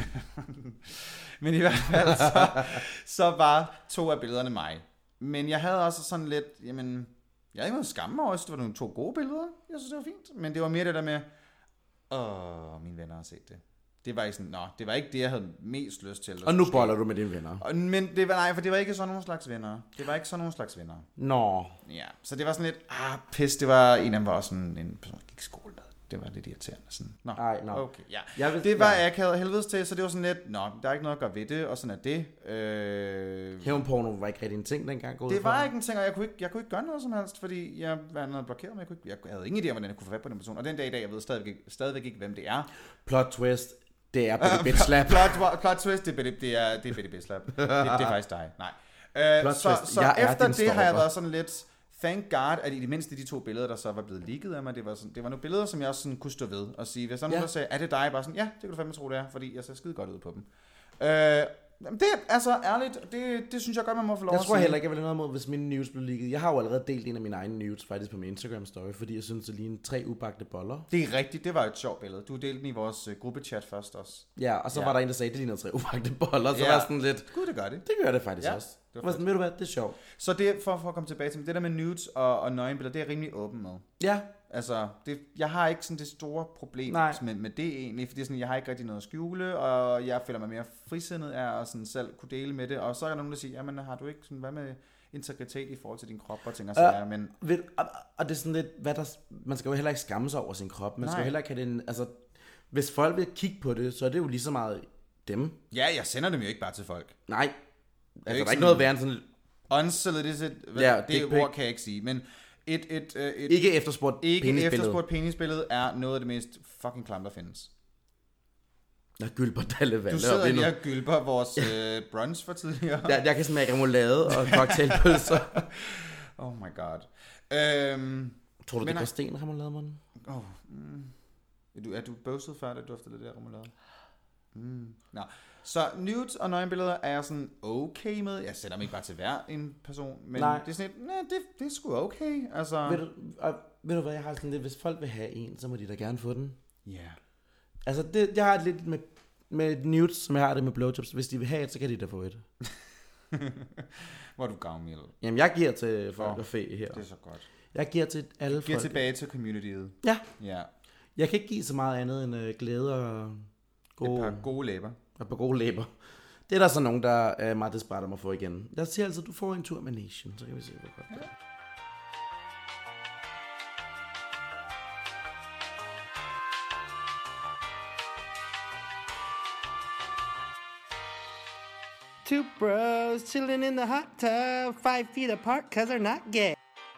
B: Men i hvert fald så var 2 af billederne mig. Men jeg havde også sådan lidt, jamen, jeg havde ikke noget skamme mig over, det var nogle 2 gode billeder, jeg synes, det var fint. Men det var mere det der med, mine venner har set det. Det var ikke sådan, det var ikke det, jeg havde mest lyst til.
A: Og nu boller du med dine venner.
B: Men det var, nej, for det var ikke sådan nogle slags venner.
A: Nå.
B: Ja, så det var sådan lidt, pis, det var, en af dem var også sådan en person, der gik i skole med. Det var lidt irriterende. Sådan. Nå. Okay, ja. Det var akavet helvedes til, så det var sådan lidt, der er ikke noget at gøre ved det, og sådan er det.
A: Hævnporno var ikke rigtig en ting dengang.
B: Det var ikke en ting, og jeg kunne ikke gøre noget som helst, fordi jeg var noget blokeret, men jeg havde ingen idé om, hvordan jeg kunne få fat på den person. Og den dag i dag, jeg ved stadigvæk ikke, hvem det er.
A: Plot twist, det er Betty Bitch Slap.
B: Plot twist, det er Betty Bitch Slap. Det er faktisk dig. Nej.
A: Så
B: efter det har jeg været sådan lidt, thank God, at i det mindste de 2 billeder, der så var blevet leaget af mig, det var nogle billeder, som jeg også sådan kunne stå ved og sige, hvis der nogen, der sagde, er det dig? Bare sådan, ja, det kan du fandme tro, det er, fordi jeg ser skide godt ud på dem. Det er altså ærligt, det synes jeg godt, man må få lov at sige.
A: Jeg tror heller ikke, jeg vil have noget imod, hvis mine news blev leaget. Jeg har jo allerede delt en af mine egne news faktisk på min Instagram story, fordi jeg synes, det ligner 3 ubagte boller.
B: Det er rigtigt, det var et sjovt billede. Du delte den i vores gruppechat først også.
A: Ja, og så var der en, der sagde, det ligner 3 ubagte boller, så var sådan lidt...
B: Gud, det gør det.
A: Det gør det faktisk også. Det var sådan, ved du hvad, det er sjovt.
B: Så det, for at komme tilbage til det der med nudes og nøgenbilleder, det er rimelig åben med.
A: Ja.
B: Altså, jeg har ikke sådan det store problem med det egentlig, fordi sådan, jeg har ikke rigtig noget at skjule, og jeg føler mig mere frisindet af at sådan selv kunne dele med det, og så er der nogen, der siger, jamen har du ikke sådan, hvad med integritet i forhold til din krop, og ting og sager, men...
A: Og det er sådan lidt, man skal jo heller ikke skamme sig over sin krop, man skal jo heller ikke have den, altså, hvis folk vil kigge på det, så er det jo lige så meget dem.
B: Ja, jeg sender dem jo ikke bare til folk.
A: Nej, altså, der er ikke noget værre end sådan...
B: Unsolicited, det ord kan jeg ikke sige, men...
A: Ikke efterspurgt
B: penisbillede er noget af det mest fucking klam, der findes.
A: Jeg gylper Dalle Valle.
B: Du sidder lige og gylper vores brunch for tidligere.
A: Jeg kan smage remoulade og cocktailpølser.
B: Oh my god.
A: Tror du, det er sten remoulade, man?
B: Er du bøvset før, da du dufter det der remoulade? Nå. Så nudes og nøgenbilleder er jeg sådan okay med. Jeg sætter mig ikke bare til hver en person, men det er sådan det er sgu okay. Altså...
A: Ved du hvad, jeg har sådan lidt, hvis folk vil have en, så må de da gerne få den.
B: Ja. Yeah.
A: Altså, jeg har lidt med nudes, som jeg har det med blowjobs. Hvis de vil have et, så kan de da få et.
B: Hvor er du gavmild.
A: Jamen, jeg giver til folk og fe her.
B: Det er så godt.
A: Jeg giver til alle folk.
B: Giver tilbage til communityet.
A: Ja.
B: Ja.
A: Jeg kan ikke give så meget andet end glæde og
B: et par gode læber.
A: Et par gode læber. Det er der så nogen, der er meget desperat om at få igen. Jeg siger altså, du får en tur med Nation, så kan vi se, hvor godt det er.
D: Two bros chilling in the hot tub, 5 feet apart 'cause they're not gay.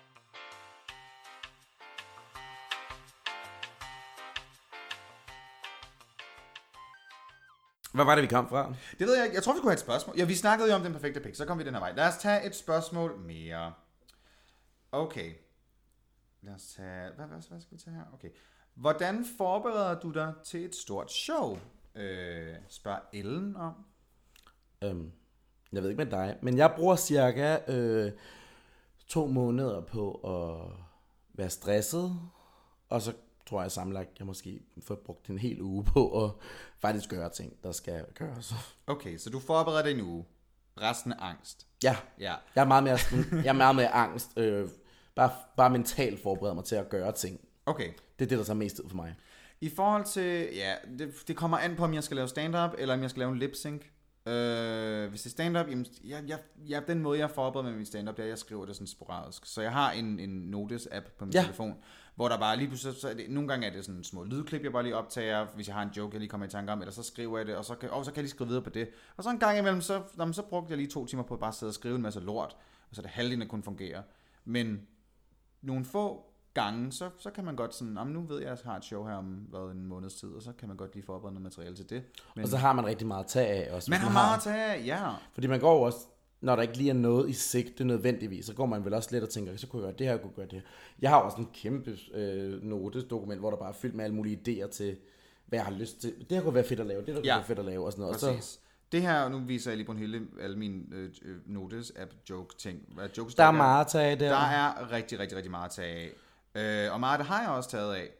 A: Hvad var det, vi kom fra?
B: Det ved jeg ikke. Jeg tror, vi kunne have et spørgsmål. Ja, vi snakkede jo om den perfekte pik, så kom vi den her vej. Lad os tage et spørgsmål mere. Okay. Lad os tage... Hvad skal vi tage her? Okay. Hvordan forbereder du dig til et stort show? Spørger Ellen om.
A: Jeg ved ikke med dig, men jeg bruger cirka 2 måneder på at være stresset, og så tror jeg sammenlagt, jeg måske får brugt en hel uge på at faktisk gøre ting, der skal gøres.
B: Okay, så du forbereder dig en uge. Resten er angst.
A: Ja. Jeg er meget mere angst. Bare mentalt forbereder mig til at gøre ting.
B: Okay.
A: Det er det, der tager mest tid for mig.
B: I forhold til, det kommer an på, om jeg skal lave stand-up, eller om jeg skal lave en lip-sync. Hvis det er stand-up, den måde, jeg forbereder med min stand-up, det er, at jeg skriver det sådan sporadisk. Så jeg har en notice-app på min telefon, hvor der bare lige pludselig, nogle gange er det sådan små lydklip, jeg bare lige optager, hvis jeg har en joke, jeg lige kommer i tanke om, eller så skriver jeg det, og så kan jeg lige skrive videre på det. Og så en gang imellem, så brugte jeg lige 2 timer på at bare sidde og skrive en masse lort, og så det halvdelen der kunne fungere. Men nogle få gange, så kan man godt sådan, nu ved jeg, at jeg har et show her om en måneds tid, og så kan man godt lige forberede noget materiale til det. Men,
A: og så har man rigtig meget at tage af også.
B: Man har meget at tage af, ja.
A: Fordi man går også, når der ikke lige er noget i sigte nødvendigvis, så går man vel også lidt og tænker, så kunne jeg gøre det her, kunne gøre det her. Jeg har også en kæmpe notedokument, hvor der bare er fyldt med alle mulige idéer til, hvad jeg har lyst til. Det her kunne være fedt at lave, det der kunne være fedt at lave, og sådan noget.
B: Præcis. Så, det her, nu viser jeg lige på en alle mine notice-app joke-ting. Jokes,
A: der er meget at tage af der.
B: Der er rigtig, rigtig, rigtig meget at tage af. Og meget det har jeg også taget af.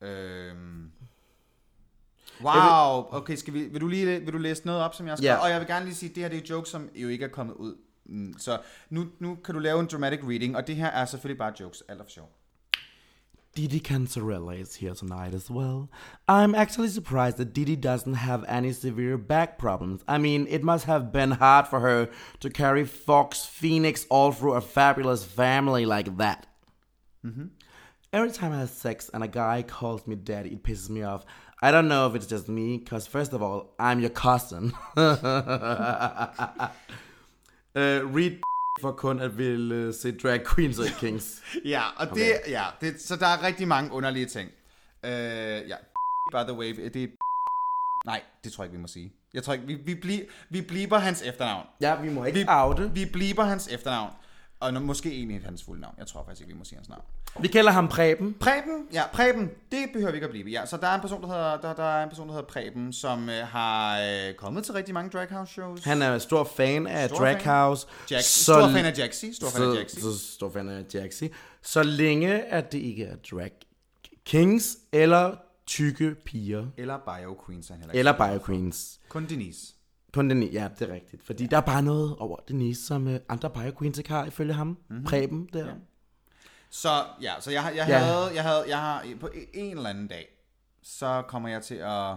B: Wow, okay, vil du læse noget op, som jeg har skrevet? Yeah. Og jeg vil gerne lige sige, at det her det er jokes, som jo ikke er kommet ud. Så nu kan du lave en dramatic reading, og det her er selvfølgelig bare jokes, alt for sjov.
A: Didi Cantarella is here tonight as well. I'm actually surprised that Didi doesn't have any severe back problems. I mean, it must have been hard for her to carry Fox Phoenix all through a fabulous family like that. Mm-hmm. Every time I have sex and a guy calls me daddy, it pisses me off. I don't know if it's just me, because first of all, I'm your cousin. Read for kun at ville se drag queens og kings.
B: Ja, og okay. Så der er rigtig mange underlige ting. By the way, det nej, det tror jeg ikke, vi må sige. Jeg tror ikke, vi bliber hans efternavn.
A: Ja, vi må ikke oute.
B: Vi bliber hans efternavn. Og måske egentlig hans fulde navn. Jeg tror faktisk ikke, vi må sige hans navn.
A: Vi kalder ham Preben.
B: Preben. Det behøver vi ikke at blive. Ja, så der er en person, der hedder Preben, som har kommet til rigtig mange drag house shows.
A: Han er stor fan af drag house.
B: Stor fan af Jaxi.
A: Stor fan af Jaxi. Så længe at det ikke er drag kings eller tykke piger.
B: Eller bio queens.
A: Eller bio queens.
B: Kun Denise.
A: Ja, det er rigtigt. Fordi der er bare noget over Denise, som andre bio queens ikke har, ifølge ham. Mm-hmm. Preben der. Ja.
B: Så jeg har på en eller anden dag, så kommer jeg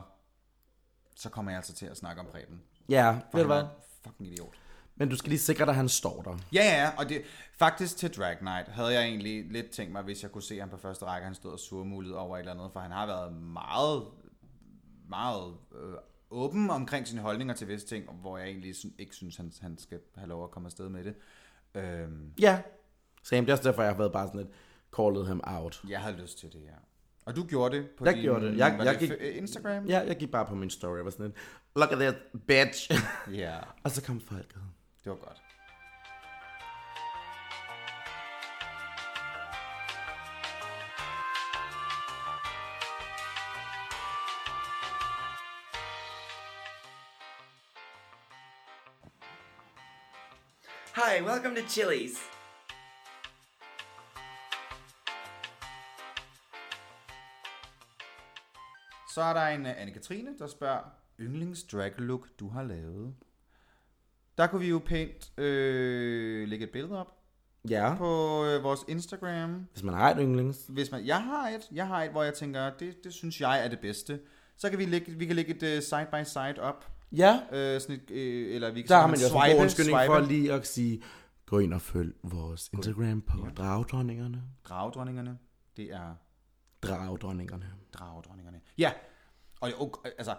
B: altså til at snakke om Preben.
A: Ja, ved du hvad?
B: Fucking idiot.
A: Men du skal lige sikre dig, at han står der.
B: Ja, og det faktisk til Drag Night havde jeg egentlig lidt tænkt mig, hvis jeg kunne se ham på første række, han stod og surmulede over et eller andet, for han har været meget, meget åben omkring sine holdninger til visse ting, hvor jeg egentlig ikke synes, han skal have lov at komme afsted med det.
A: Ja, same. Det er også derfor, jeg har været bare sådan lidt called him out.
B: Jeg havde lyst til det, ja. Og du gjorde det på
A: jeg gik,
B: Instagram?
A: Ja, jeg gik bare på min story og var sådan lidt, look at this, bitch.
B: Ja.
A: Og så kom folket.
B: Det var godt.
E: Hi, welcome to Chili's.
B: Så er der en Anne-Katrine, der spørger, yndlings drag look, du har lavet. Der kunne vi jo pænt lægge et billede op
A: Ja,
B: på vores Instagram.
A: hvis man har et yndlings.
B: Jeg har et, hvor jeg tænker, det synes jeg er det bedste. Så kan vi kan lægge et side by side op.
A: Ja,
B: Sådan et, eller vi kan
A: der har man jo også en god
B: swipe.
A: undskyldning for lige at sige, gå ind og følg vores Instagram på Dragdronningerne.
B: Dragdronningerne. Det er
A: Dragdronningerne.
B: Dragdronningerne. Ja. Og altså,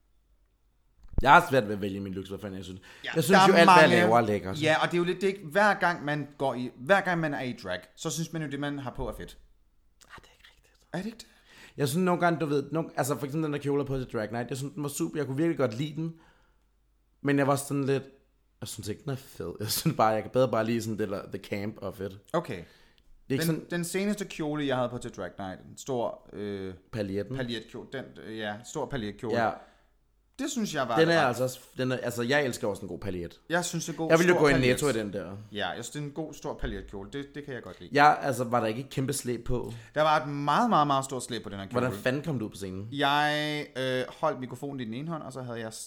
A: Jeg har svært ved at vælge min looks, hvad fanden jeg synes.
B: ja,
A: Jeg synes jo alt, hvad jeg laver, er lækkert.
B: Ja, og det er jo lidt det, ikke? Hver gang man er i drag, så synes man jo, det man har på er fedt.
A: Det er ikke rigtigt.
B: Er det ikke det?
A: Jeg synes nogle gange, du ved, altså for eksempel den der kjole på til Drag Night, jeg synes den var super, jeg kunne virkelig godt lide den, men jeg var sådan lidt, jeg synes ikke, den er fed. Jeg synes bare, jeg kan bedre bare lide sådan det der, the camp of it.
B: Okay.
A: Det er ikke sådan,
B: Den seneste kjole, jeg havde på til Drag Night, en stor paljetkjole, stor paljetkjole.
A: Ja,
B: Det synes jeg var...
A: den er altså også, jeg elsker også en god paljet.
B: Jeg synes, det er god
A: Jeg vil jo
B: stor
A: gå i
B: paljet.
A: Netto i den der.
B: Ja, jeg synes, det er en god stor paljetkjole. Det kan jeg godt lide.
A: Ja, altså var der ikke et kæmpe slæb på?
B: Der var et meget, meget, meget stort slæb på den her kjole.
A: Hvordan fanden kom du ud på scenen?
B: Jeg holdt mikrofonen i den ene hånd, og så havde jeg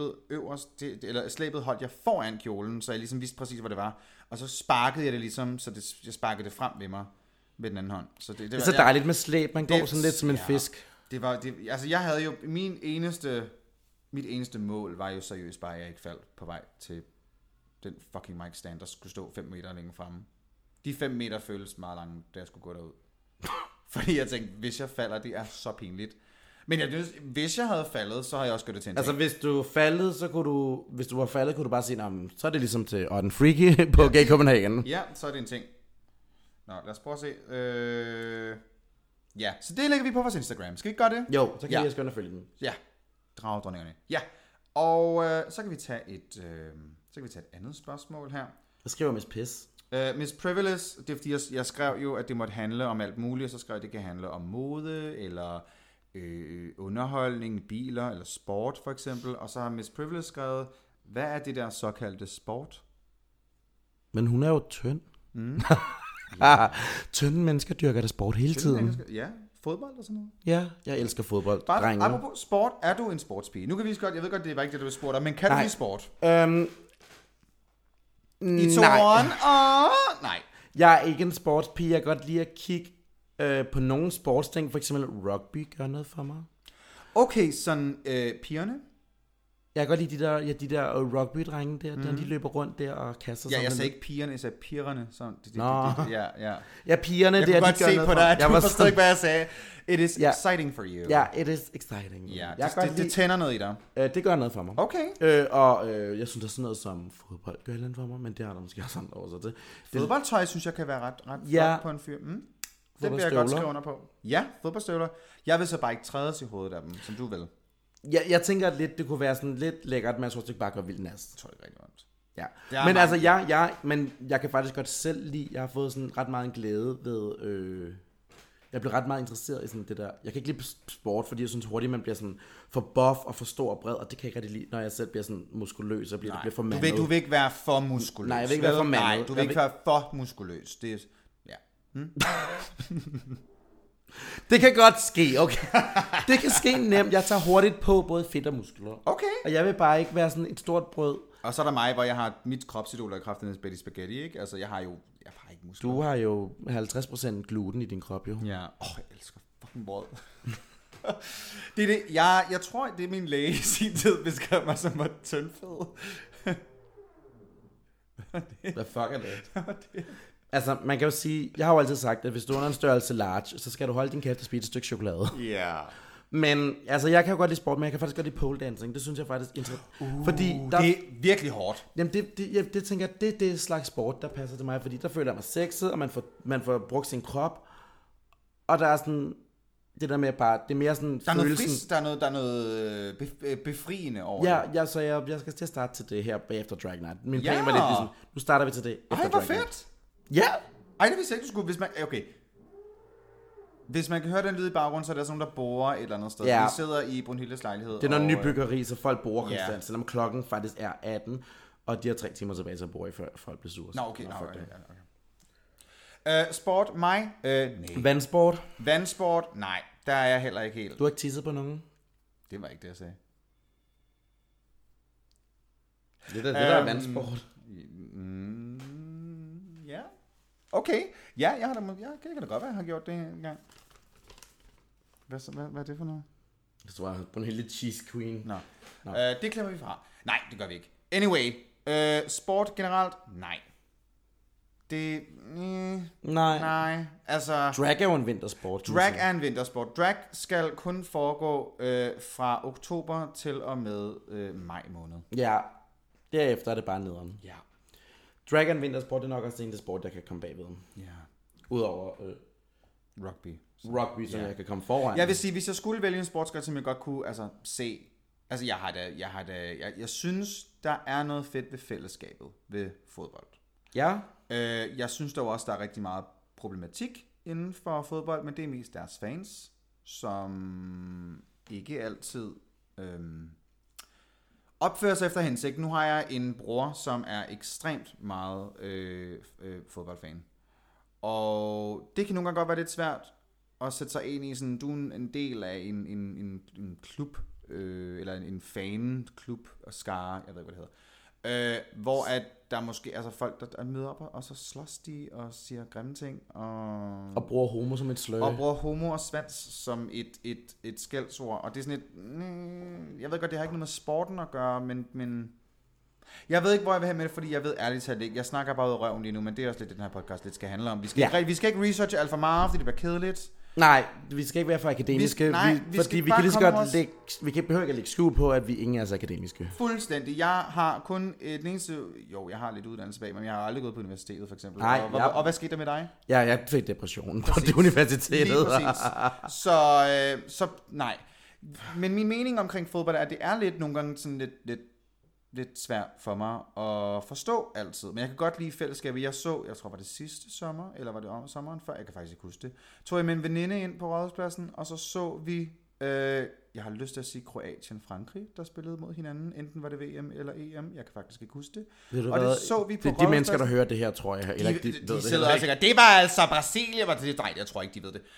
B: slæbet holdt jeg foran kjolen, så jeg ligesom vidste præcis, hvad det var. Og så sparkede jeg det ligesom, så jeg sparkede det frem ved mig med den anden hånd. Så det
A: Det er så dejligt med slæb, man går sådan lidt som en fisk.
B: Altså jeg havde jo, mit eneste mål var jo seriøst bare, at jeg ikke faldt på vej til den fucking mic stand, der skulle stå 5 meter længere fremme. De 5 meter føltes meget lange, da jeg skulle gå derud. Fordi jeg tænkte, hvis jeg falder, det er så pinligt. Men hvis jeg havde faldet, så havde jeg også gjort det til en
A: Altså
B: ting.
A: hvis du var faldet, kunne du bare sige, så er det ligesom til Odd Freaky på Gay Copenhagen.
B: Ja, så er det en ting. Nå, lad os prøve at se. Ja, så det lægger vi på vores Instagram. Skal vi ikke gøre det?
A: Jo, så kan vi også gå ind og følge den.
B: Ja, Dragdronningerne. Ja, og så kan vi tage et andet spørgsmål her.
A: Hvad skriver Miss Piss?
B: Miss Privilege, det er fordi, jeg skrev jo, at det måtte handle om alt muligt, og så skrev jeg, at det kan handle om mode, eller underholdning, biler, eller sport for eksempel. Og så har Miss Privilege skrevet, hvad er det der såkaldte sport?
A: Men hun er jo tynd. Tynde mennesker dyrker der sport hele tiden.
B: Ja, fodbold og sådan noget.
A: Ja, jeg elsker fodbold.
B: Bare,
A: Drenge.
B: apropos sport, er du en sportspige? Nu kan vi godt, jeg ved godt, det var ikke det, du vil spurgte om, men kan du lide sport? I toren? Nej.
A: Jeg er ikke en sportspige. Jeg kan godt lide at kigge på nogle sportsting. For eksempel rugby gør noget for mig.
B: Okay, sådan pigerne?
A: Jeg kan godt lide de der rugby-drenge der, de løber rundt der og kaster sig.
B: Ja, jeg sagde ikke pigerne, jeg sagde pigerne. Ja.
A: Ja, pigerne
B: Jeg
A: der,
B: kunne godt
A: de gør
B: se
A: noget
B: på
A: for
B: dig, at
A: jeg
B: du
A: var
B: forstod ikke, hvad jeg sagde. It is exciting for you.
A: Ja, it is exciting.
B: Ja,
A: det
B: tænder noget i dig.
A: Det gør noget for mig.
B: Okay.
A: Jeg synes, der er sådan noget som fodbold gør noget for mig, men det har der måske også andre år. Så det
B: Fodboldtøj synes jeg kan være ret flot på en fyr. Den vil jeg godt skrive under på. Ja, fodboldstøvler. Jeg vil så bare ikke træde til hovedet af dem, som du vil.
A: Jeg tænker lidt, det kunne være sådan lidt lækkert, men jeg tror ikke bare gør vildt næst.
B: Jeg tror ikke rigtig ondt.
A: Ja. Men altså, men jeg kan faktisk godt selv lide, jeg har fået sådan ret meget en glæde ved, jeg blev ret meget interesseret i sådan det der, jeg kan ikke lide sport, fordi jeg synes hurtigt, man bliver sådan for buff og for stor og bred, og det kan jeg ikke rigtig lide, når jeg selv bliver sådan muskuløs, og bliver for mandet.
B: Du vil ikke være for muskuløs.
A: Nej, jeg vil ikke være for mandet.
B: Nej, du vil ikke være for muskuløs. Det er,
A: Det kan godt ske, okay. Det kan ske nemt. Jeg tager hurtigt på både fedt og muskler.
B: Okay.
A: Og jeg vil bare ikke være sådan et stort brød.
B: Og så er der mig, hvor jeg har mit kropsidol af kraften af Betty Spaghetti, ikke? Altså, jeg har ikke muskler.
A: Du har jo 50% gluten i din krop, jo.
B: Ja. Jeg elsker fucking brød. Det er det. Jeg tror, det er min læge i sin tid beskrev mig som at tyndfed.
A: Hvad fuck er det? Altså, man kan jo sige, jeg har jo altid sagt, at hvis du er under en størrelse large, så skal du holde din kæft og spise et stykke chokolade.
B: Ja.
A: Men, altså, jeg kan jo godt lide sport, men jeg kan faktisk godt lide pole dancing. Det synes jeg faktisk er interessant. Fordi
B: der, det er virkelig hårdt.
A: Jamen, det tænker jeg, det er det slags sport, der passer til mig, fordi der føler jeg mig sexet, og man får brugt sin krop, og der er sådan, det der med bare, det er mere sådan
B: der er
A: følelsen.
B: Der er noget befriende over det.
A: Ja, så jeg skal til at starte til det her bagefter Drag Night. Min plan var lidt ligesom, nu starter vi til det efter Drag Night.
B: Ej, hvor fedt!
A: Ja!
B: Ej, det vidste jeg ikke, du skulle. Hvis man kan høre den lyd i baggrunden, så er der sådan nogen, der borer et eller andet sted.
A: Ja.
B: Vi sidder i Brunhildes lejlighed.
A: Det er noget nybyggeri, så folk borer konstant, selvom klokken faktisk er 18. Og de har 3 timer tilbage til at bruge i, før folk bliver sure.
B: Nå, okay. Sport, mig? Nej.
A: Vandsport?
B: Vandsport? Nej, der er jeg heller ikke helt.
A: Du har ikke tisset på nogen?
B: Det var ikke det, jeg sagde.
A: Det der er vandsport.
B: Ja. Okay. Ja, det kan da godt være, jeg har gjort det en gang. Hvad er det for noget?
A: Det tror jeg på en lille cheese queen.
B: Nå. Det klemmer vi fra. Nej, det gør vi ikke. Anyway, sport generelt? Nej. Det... Nej. Altså...
A: Drag er jo en vintersport.
B: Drag er en vintersport. Drag skal kun foregå fra oktober til og med maj måned.
A: Ja, derefter er det bare nederen.
B: Ja.
A: Drag er en vintersport, det er nok også en sport, der kan komme bagved.
B: Ja.
A: Udover rugby, så jeg kan komme foran.
B: Jeg vil sige, hvis jeg skulle vælge en sport, skal jeg simpelthen godt kunne se... Altså, jeg synes, der er noget fedt ved fællesskabet ved fodbold.
A: Ja.
B: Jeg synes dog også, der er rigtig meget problematik inden for fodbold, men det er mest deres fans, som ikke altid opfører sig efter hensigt. Nu har jeg en bror, som er ekstremt meget fodboldfan. Og det kan nogle gange godt være lidt svært at sætte sig ind i, sådan, du er en del af en klub, eller en fanklub og skare, jeg ved ikke, hvad det hedder. Hvor at der måske, altså folk, der møder op, og så slås de og siger grimme ting.
A: Og bruger homo som et slør.
B: Og bruger homo og svans som et skældsord. Og det er sådan jeg ved godt, det har ikke noget med sporten at gøre, men jeg ved ikke, hvor jeg vil have med det, fordi jeg ved ærligt talt ikke. Jeg snakker bare ud af røven lige nu, men det er også lidt, den her podcast lidt skal handle om. Vi skal ikke researche alt for meget, fordi det bliver kedeligt.
A: Nej, vi skal ikke være for akademiske. Vi kan behøver ikke at lægge skjul på, at vi ingen er så akademiske.
B: Fuldstændig. Jeg har kun et eneste... Jo, jeg har lidt uddannelse bag, men jeg har aldrig gået på universitetet, for eksempel.
A: Nej,
B: og hvad skete der med dig?
A: Ja, jeg fik depression på det universitetet.
B: Lige præcis. Så nej. Men min mening omkring fodbold er, at det er lidt nogle gange sådan lidt svært for mig at forstå altid. Men jeg kan godt lide fællesskabet. Jeg tror, var det sidste sommer, eller var det sommeren før? Jeg kan faktisk ikke huske det. Tog jeg med en veninde ind på Rådhuspladsen, og så vi, jeg har lyst til at sige Kroatien-Frankrig, der spillede mod hinanden. Enten var det VM eller EM. Jeg kan faktisk ikke huske det. Og det så vi på
A: de mennesker, der hører det her, tror jeg. Eller
B: de sidder også og det var altså Brasilien. Nej, jeg tror ikke, de ved det.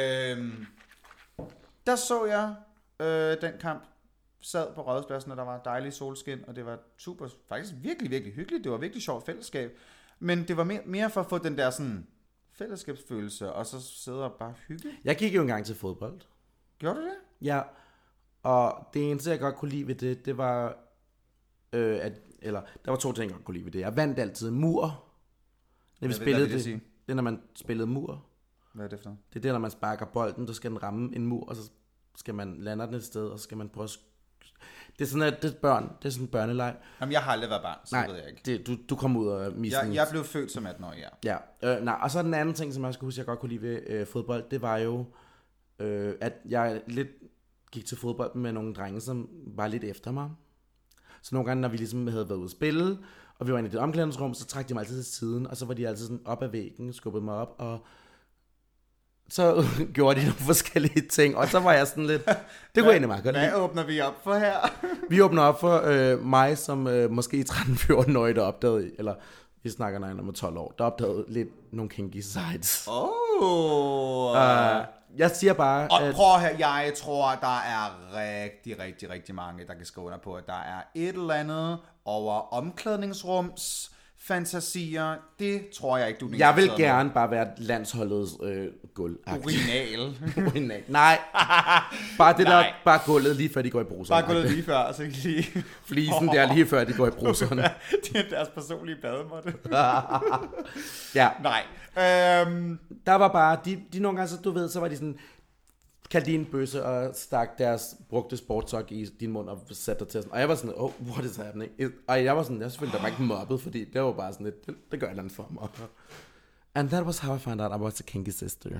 B: Der så jeg den kamp. Sad på Rådhuspladsen, og der var dejlig solskin, og det var super, faktisk virkelig, virkelig hyggeligt. Det var virkelig sjovt fællesskab. Men det var mere for at få den der sådan fællesskabsfølelse, og så sidde og bare hygge.
A: Jeg gik jo engang til fodbold.
B: Gjorde du det?
A: Ja, og det eneste, jeg godt kunne lide ved det var, der var 2 ting, jeg godt kunne lide ved det. Jeg vandt altid mur. Når vi spillede det er, når man spillede mur.
B: Hvad er det for?
A: Det er det, når man sparker bolden, så skal den ramme en mur, og så skal man lande den et sted, og så skal man prøve at... Det er sådan, at det er sådan en børneleg.
B: Jamen, jeg har aldrig været barn, så
A: nej,
B: ved jeg ikke.
A: Du kom ud og miste
B: jeg blev født som 18 år, ja.
A: Ja, og så den anden ting, som jeg skulle huske, jeg godt kunne lide ved fodbold, det var jo, at jeg lidt gik til fodbold med nogle drenge, som var lidt efter mig. Så nogle gange, når vi ligesom havde været ude at spille, og vi var inde i det omklædningsrum, så trak de mig altid til siden, og så var de altid sådan op ad væggen, skubbede mig op, og så gjorde de nogle forskellige ting, og så var jeg sådan lidt... Det kunne jeg egentlig meget godt lide.
B: Hvad åbner vi op for her?
A: Vi åbner op for mig, som måske 13-14-årig, der opdagede, eller vi snakker når med 12 år, der opdagede lidt nogle kinky sides. Jeg siger bare...
B: Og prøv at høre, jeg tror, der er rigtig mange, der kan skrive under på, at der er et eller andet over omklædningsrums fantasier. Det tror jeg ikke, du...
A: Jeg vil gerne bare være landsholdets gulv.
B: Urinal.
A: Nej. Bare det der, bare gulvet lige før de går i bruserne.
B: Bare gulvet lige før, altså ikke lige...
A: Flisen der lige før de går i bruserne.
B: Det er deres personlige bademåtte.
A: Ja.
B: Nej.
A: Der var bare, de nogle gange, så du ved, så var de sådan... Kaldte en bøsse og stak deres brugte sportsok i din mund og satte dig til sådan. Og jeg var sådan, what is happening? Og jeg var sådan, jeg selvfølgelig, der var ikke mobbet, fordi det var bare sådan lidt, det gør et eller andet for mig. And that was how I found out I was a kinky sister.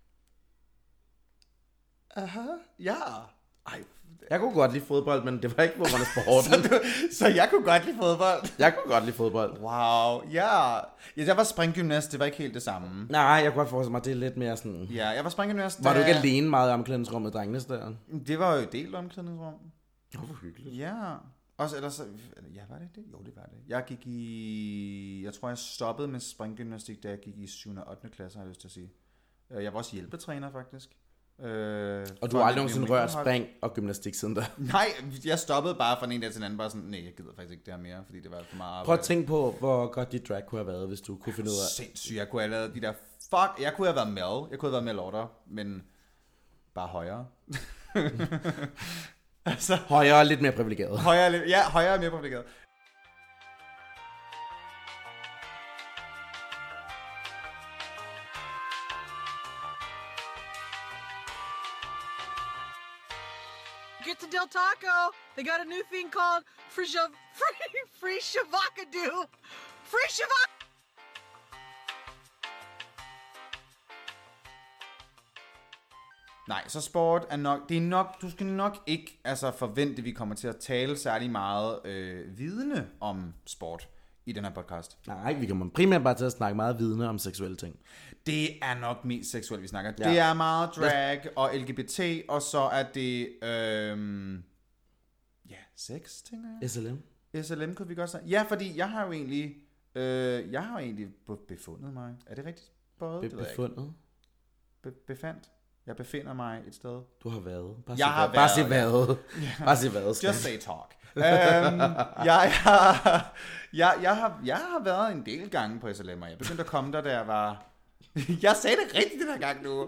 B: Ja. Jeg
A: kunne godt lide fodbold, men det var ikke på grund af sporten.
B: så jeg kunne godt lide fodbold?
A: Jeg kunne godt lide fodbold.
B: Wow, ja. Jeg var springgymnast, det var ikke helt det samme.
A: Nej, jeg kunne godt forestille mig, det er lidt mere sådan...
B: Ja, jeg var springgymnast.
A: Var du ikke alene meget i omklædningsrummet, drengenes der?
B: Det var jo et delt omklædningsrum.
A: Hvor hyggeligt.
B: Ja. Også, eller så, ja, var det det? Jo, det var det. Jeg tror, jeg stoppede med springgymnastik, da jeg gik i 7. og 8. klasse, har jeg lyst til at sige. Jeg var også hjælpetræner, faktisk.
A: Og du har aldrig nogensinde rørt spring og gymnastik siden da?
B: Nej, jeg stoppede bare fra en dag til en anden, bare sådan, nej, jeg gider faktisk ikke det her mere, fordi det var for meget arbejde.
A: Prøv at tænke på, hvor godt dit drag kunne have været, hvis du kunne finde ud af...
B: Sindssygt, jeg kunne have lavet de der, jeg kunne have været Mel, jeg kunne have været Mel Order, men bare højere.
A: Altså, højere og lidt mere privilegeret.
B: Højere og mere privilegeret.
E: Get to Del Taco. They got a new thing called free shavakadu. Free shavak.
B: Nej, så sport er nok, det er nok, du skal nok ikke forvente, at vi kommer til at tale særlig meget vidne om sport i den her podcast.
A: Nej, vi kommer primært bare til at snakke meget vidne om seksuelle ting.
B: Det er nok mest seksuelt, vi snakker. Ja. Det er meget drag og LGBT, og så er det, sex, tænker jeg. SLM kunne vi godt sige. Ja, fordi jeg har jo egentlig, befundet mig. Er det rigtigt?
A: Befundet?
B: Befandt. Jeg befinder mig et sted.
A: Du har været.
B: Bare
A: sig hvad.
B: Just say talk. Jeg har været en del gange på SLM, og jeg begyndte at komme der jeg var... Jeg sagde det rigtigt den her gang nu.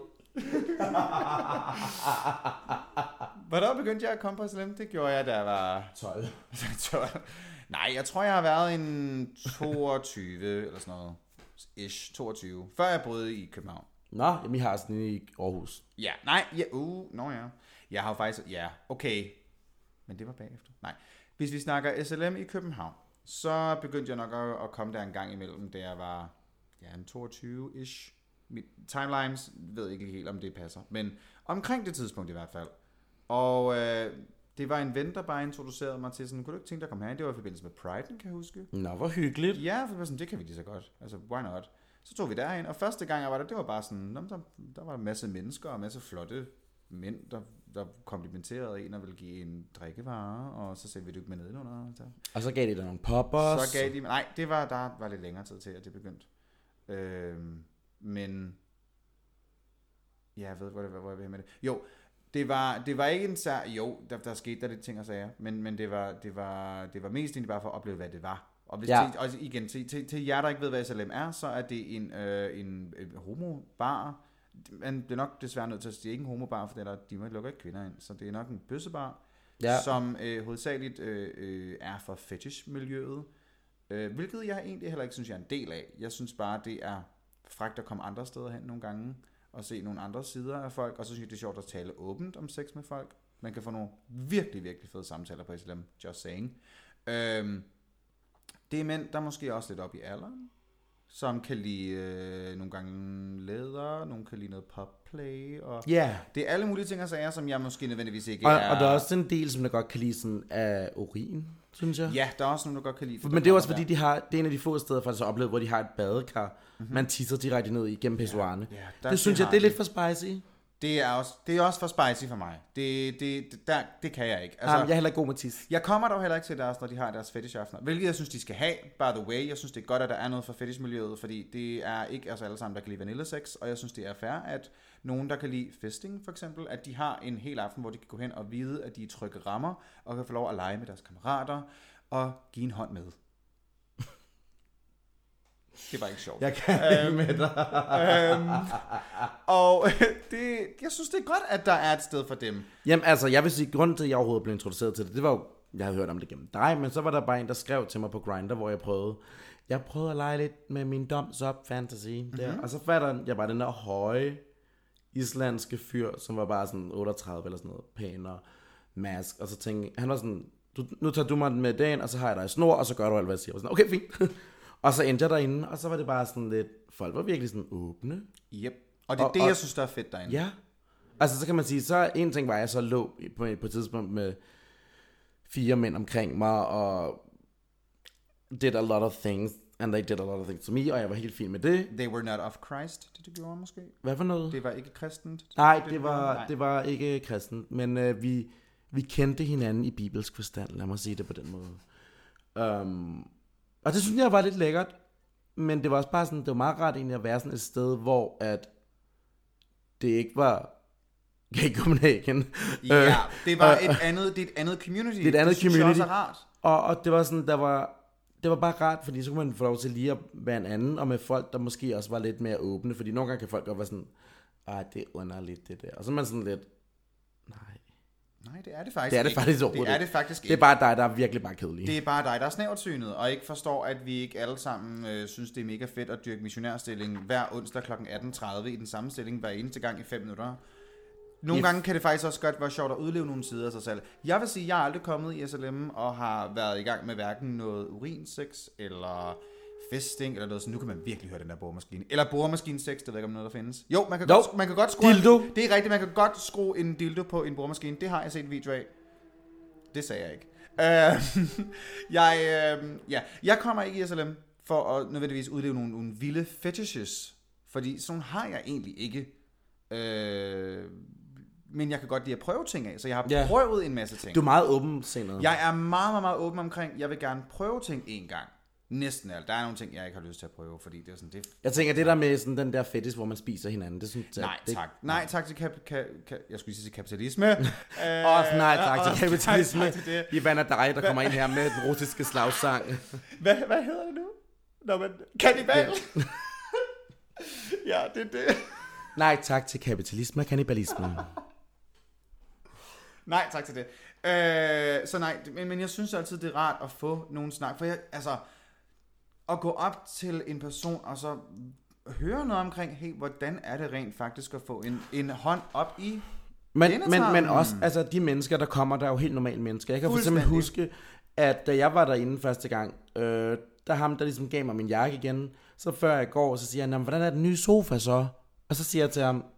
B: Hvornår begyndte jeg at komme på SLM? Det gjorde jeg, da jeg var...
A: 12.
B: Nej, jeg tror, jeg har været en 22 eller sådan noget. Ish, 22. Før jeg boede i København.
A: Nå, jamen, I har sådan i Aarhus.
B: Ja, nej, ja, ja. Jeg har jo faktisk, okay. Men det var bagefter. Nej. Hvis vi snakker SLM i København, så begyndte jeg nok at komme der en gang imellem, da jeg var, en 22-ish. Mit timelines ved ikke helt, om det passer. Men omkring det tidspunkt i hvert fald. Og det var en ven, der bare introducerede mig til sådan, kunne du ikke tænke dig at komme herind? Det var i forbindelse med Pride, kan jeg huske.
A: Nå, hvor hyggeligt.
B: Ja, for sådan, det kan vi lige så godt. Altså, why not? Så tog vi derhen, og første gang jeg var der, det var bare sådan, der var en masse mennesker og en masse flotte mænd, der komplimenterede en og ville give en drikkevare, og så sagde vi, du ikke med nedenunder. Så.
A: Og så gav de dig nogle poppers?
B: Så gav de, nej, der var lidt længere tid til, at det begyndte. Men, ja, jeg ved, hvor jeg vil med det. Jo, det var ikke en der skete der lidt ting og sager, men det var mest egentlig bare for at opleve, hvad det var. Og hvis igen, til jer, der ikke ved, hvad SLM er, så er det en homobar. Man bliver nok desværre nødt til at sige, ikke en homobar, for de må lukke ikke kvinder ind. Så det er nok en bøssebar, som hovedsageligt er for fetish-miljøet. Hvilket jeg egentlig heller ikke synes, jeg er en del af. Jeg synes bare, det er frækt at komme andre steder hen nogle gange, og se nogle andre sider af folk. Og så synes jeg, det er sjovt at tale åbent om sex med folk. Man kan få nogle virkelig, virkelig fede samtaler på SLM. Just saying. Det er mænd, der måske også lidt op i alderen, som kan lide nogle gange læder, nogle kan lide noget popplay, og det er alle mulige ting og sager, som jeg måske nødvendigvis ikke er...
A: Og der er også en del, som der godt kan lide sådan af urin, synes jeg.
B: Ja, der er også nogen, der godt kan lide...
A: Men det er også fordi, det er en af de få steder, faktisk oplevet, hvor de har et badekar, man tisser direkte ned igennem pissoirerne. Ja, det synes jeg, det er lidt for spicy.
B: Det er også for spicy for mig. Det kan jeg ikke. Altså,
A: jeg er heller ikke god med tis.
B: Jeg kommer dog heller ikke til deres, når de har deres fetishaftener. Hvilket jeg synes, de skal have, by the way. Jeg synes, det er godt, at der er noget for fetishmiljøet, fordi det er ikke alle sammen, der kan lide vanillesex. Og jeg synes, det er fair, at nogen, der kan lide fisting, for eksempel, at de har en hel aften, hvor de kan gå hen og vide, at de er trygge rammer, og kan få lov at lege med deres kammerater, og give en hånd med. Det var ikke sjovt.
A: Jeg kan ikke med dig.
B: Og jeg synes, det er godt, at der er et sted for dem.
A: Jamen altså, jeg vil sige, grunden til, at jeg overhovedet blev introduceret til det var jo, jeg havde hørt om det gennem dig, men så var der bare en, der skrev til mig på Grindr, hvor jeg prøvede at lege lidt med min thumbs up fantasy der, og så fatter jeg bare den der høje islandske fyr, som var bare sådan 38 eller sådan noget, pænere mask, og så tænkte han var sådan, nu tager du mig med dagen, og så har jeg dig i snor, og så gør du alt, hvad jeg siger. Og sådan, okay, fint. Og så endte jeg derinde, og så var det bare sådan lidt, folk var virkelig sådan åbne.
B: Yep. Og det er det, jeg synes, der er fedt derinde.
A: Ja. Altså, så kan man sige, så en ting var, jeg så lå på et tidspunkt med 4 mænd omkring mig, og did a lot of things, and they did a lot of things to me, og jeg var helt fin med det.
B: They were not of Christ, det gjorde måske?
A: Hvad for noget?
B: Det var ikke kristent?
A: Nej, det var ikke kristent, men Vi kendte hinanden i bibelsk forstand, lad mig sige det på den måde. Og det synes jeg var lidt lækkert. Men det var også bare sådan, det var meget rart egentlig at være sådan et sted, hvor at det ikke var gay Copenhagen.
B: Ja, det var et andet community.
A: Det er et andet
B: synes
A: community.
B: jeg også er rart.
A: Og det var sådan, det var bare rart, fordi så kunne man få lov til lige at være en anden, og med folk, der måske også var lidt mere åbne, fordi nogle gange kan folk godt være sådan, det er underligt det der. Og så er man sådan lidt,
B: Nej, det er det faktisk
A: det er det
B: ikke.
A: faktisk overhovedet
B: Det er det faktisk
A: ikke. Det er bare dig, der er virkelig bare kedelig.
B: Det er bare dig, der er snævertsynet, og ikke forstår, at vi ikke alle sammen synes, det er mega fedt at dyrke missionærstilling hver onsdag kl. 18.30 i den samme stilling hver eneste gang i 5 minutter. Nogle gange kan det faktisk også godt være sjovt at udleve nogle sider af sig selv. Jeg vil sige, at jeg er aldrig kommet i SLM og har været i gang med hverken noget urinsex eller fisting eller noget sådan. Nu kan man virkelig høre den der boremaskine. Eller boremaskine-sex, det ved ikke om noget, der findes. Jo, man kan godt skrue
A: dildo.
B: Det er rigtigt, man kan godt skrue en dildo på en boremaskine. Det har jeg set en video af. Det sagde jeg ikke. Jeg kommer ikke i SLM for at nødvendigvis udleve nogle vilde fetishes. Fordi sådan har jeg egentlig ikke. Men jeg kan godt lide at prøve ting af, så jeg har prøvet en masse ting.
A: Du er meget åbensindet.
B: Jeg er meget, meget, meget åben omkring, jeg vil gerne prøve ting en gang. Næsten alt. Der er nogle ting, jeg ikke har lyst til at prøve, fordi det er sådan, det...
A: Jeg tænker, det der med sådan den der fetish, hvor man spiser hinanden, det synes jeg...
B: Nej tak til jeg skulle sige kapitalisme.
A: Nej tak til kapitalisme. I vand af dig, der kommer ind her med den russiske slagsang.
B: Hvad hedder det nu? Når man... Kannibal! Ja, det er det.
A: Nej tak til kapitalisme og kannibalisme.
B: Nej tak til det. Så nej, men jeg synes altid, det er rart at få nogle snak. For at gå op til en person og så høre noget omkring, hey, hvordan er det rent faktisk at få en hånd op i
A: men også, altså de mennesker, der kommer, der er jo helt normale mennesker. Jeg kan for eksempel huske, at da jeg var derinde første gang, der ham, der ligesom gav mig min jakke igen, så før jeg går, så siger han, hvordan er den nye sofa så? Og så siger jeg til ham,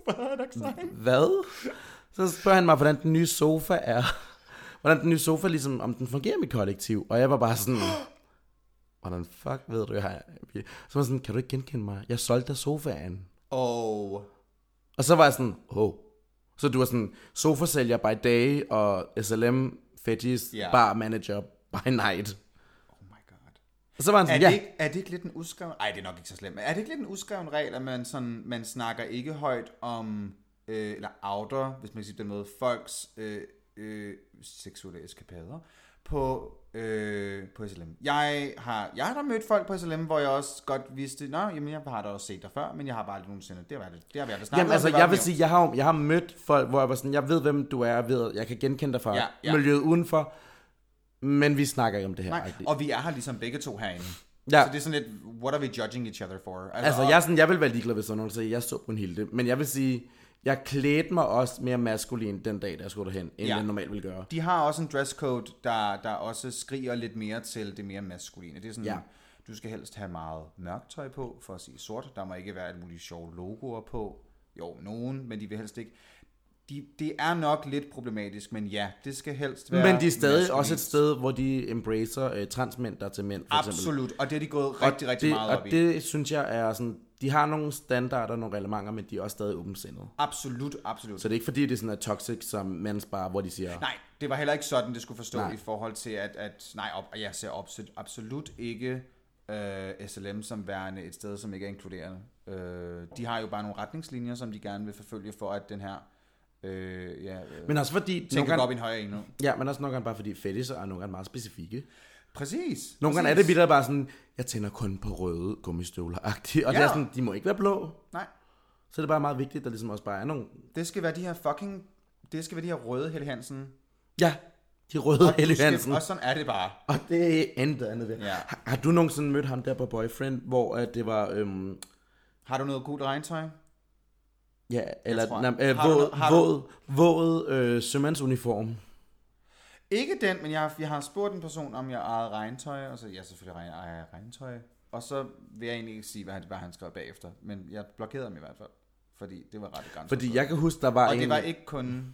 A: hvad? Så spørger han mig, hvordan den nye sofa er. Hvordan den nye sofa ligesom, om den fungerer med kollektiv. Og jeg var bare sådan, hvordan fuck ved du, jeg har... Så var sådan, kan du ikke genkende mig? Jeg solgte dig sofaen.
B: Og
A: så var jeg sådan, Så du var sådan, sofasælger by day, og SLM fetish bar manager by night.
B: Oh my god.
A: Og så var han sådan,
B: er det ikke lidt en uskreven... Ej, det er nok ikke så slemt. Er det ikke lidt en uskreven regel, at man snakker ikke højt om... eller outer, hvis man kan sige på den måde, folks seksuelle eskapader på SLM. Jeg har da mødt folk på SLM, hvor jeg også godt vidste, jamen jeg har da også set dig før, men jeg har bare aldrig nogensinde, det har vi aldrig snakket.
A: Jamen altså, jeg vil sige, jeg har mødt folk, hvor jeg var sådan, jeg ved, hvem du er, jeg kan genkende dig fra miljøet udenfor, men vi snakker ikke om det her.
B: Nej, og vi er her ligesom begge to herinde. Ja. Så det er sådan lidt, what are we judging each other for?
A: Altså jeg vil være ligeglad, hvis sådan nogen siger, jeg så Brunhilde, men jeg vil sige, jeg klædte mig også mere maskulin den dag, da jeg skulle derhen, end jeg normalt ville gøre.
B: De har også en dresscode, der også skriger lidt mere til det mere maskuline. Det er sådan, du skal helst have meget mørkt tøj på, for at sige sort. Der må ikke være et muligt sjove logoer på. Jo, nogen, men de vil helst ikke. Det er nok lidt problematisk, men ja, det skal helst være...
A: Men de er stadig også et sted, hvor de embracer transmænd, der er til mænd, for
B: Absolut,
A: eksempel.
B: Og det er de gået rigtig meget op i.
A: Og det synes jeg er sådan... De har nogle standarder, nogle reglementer, men de er også stadig åbensindede.
B: Absolut.
A: Så det er ikke fordi, det er sådan et toxic som mandsbar, hvor de siger...
B: Nej, det var heller ikke sådan, det skulle forstå i forhold til, jeg ser absolut ikke SLM som værende et sted, som ikke er inkluderende. De har jo bare nogle retningslinjer, som de gerne vil forfølge for, at den her...
A: men også fordi...
B: Tænker gå op i en højere enhed.
A: Ja, men også nogle gange bare fordi fetisher er nogle gange meget specifikke.
B: Præcis.
A: Nogle gange er det videre bare sådan, jeg tænder kun på røde gummistøvler-agtigt, og det er sådan, de må ikke være blå.
B: Nej.
A: Så det er bare meget vigtigt, at der ligesom også bare er nogle...
B: Det skal være de her røde Helly Hansen.
A: Ja, de røde Helly Hansen.
B: Og sådan er det bare.
A: Og det er intet andet ved. Ja. Har du nogensinde mødt ham der på Boyfriend, hvor det var...
B: Har du noget gult regntøj?
A: Ja, eller våd sømandsuniform.
B: Ikke den, men jeg har spurgt en person, om jeg ejede regntøj, og så selvfølgelig ejer jeg regntøj. Og så vil jeg egentlig ikke sige, hvad han skrev bagefter, men jeg blokerede ham i hvert fald, fordi det var ret grænser.
A: Fordi jeg kan huske, der var
B: og det var ikke kun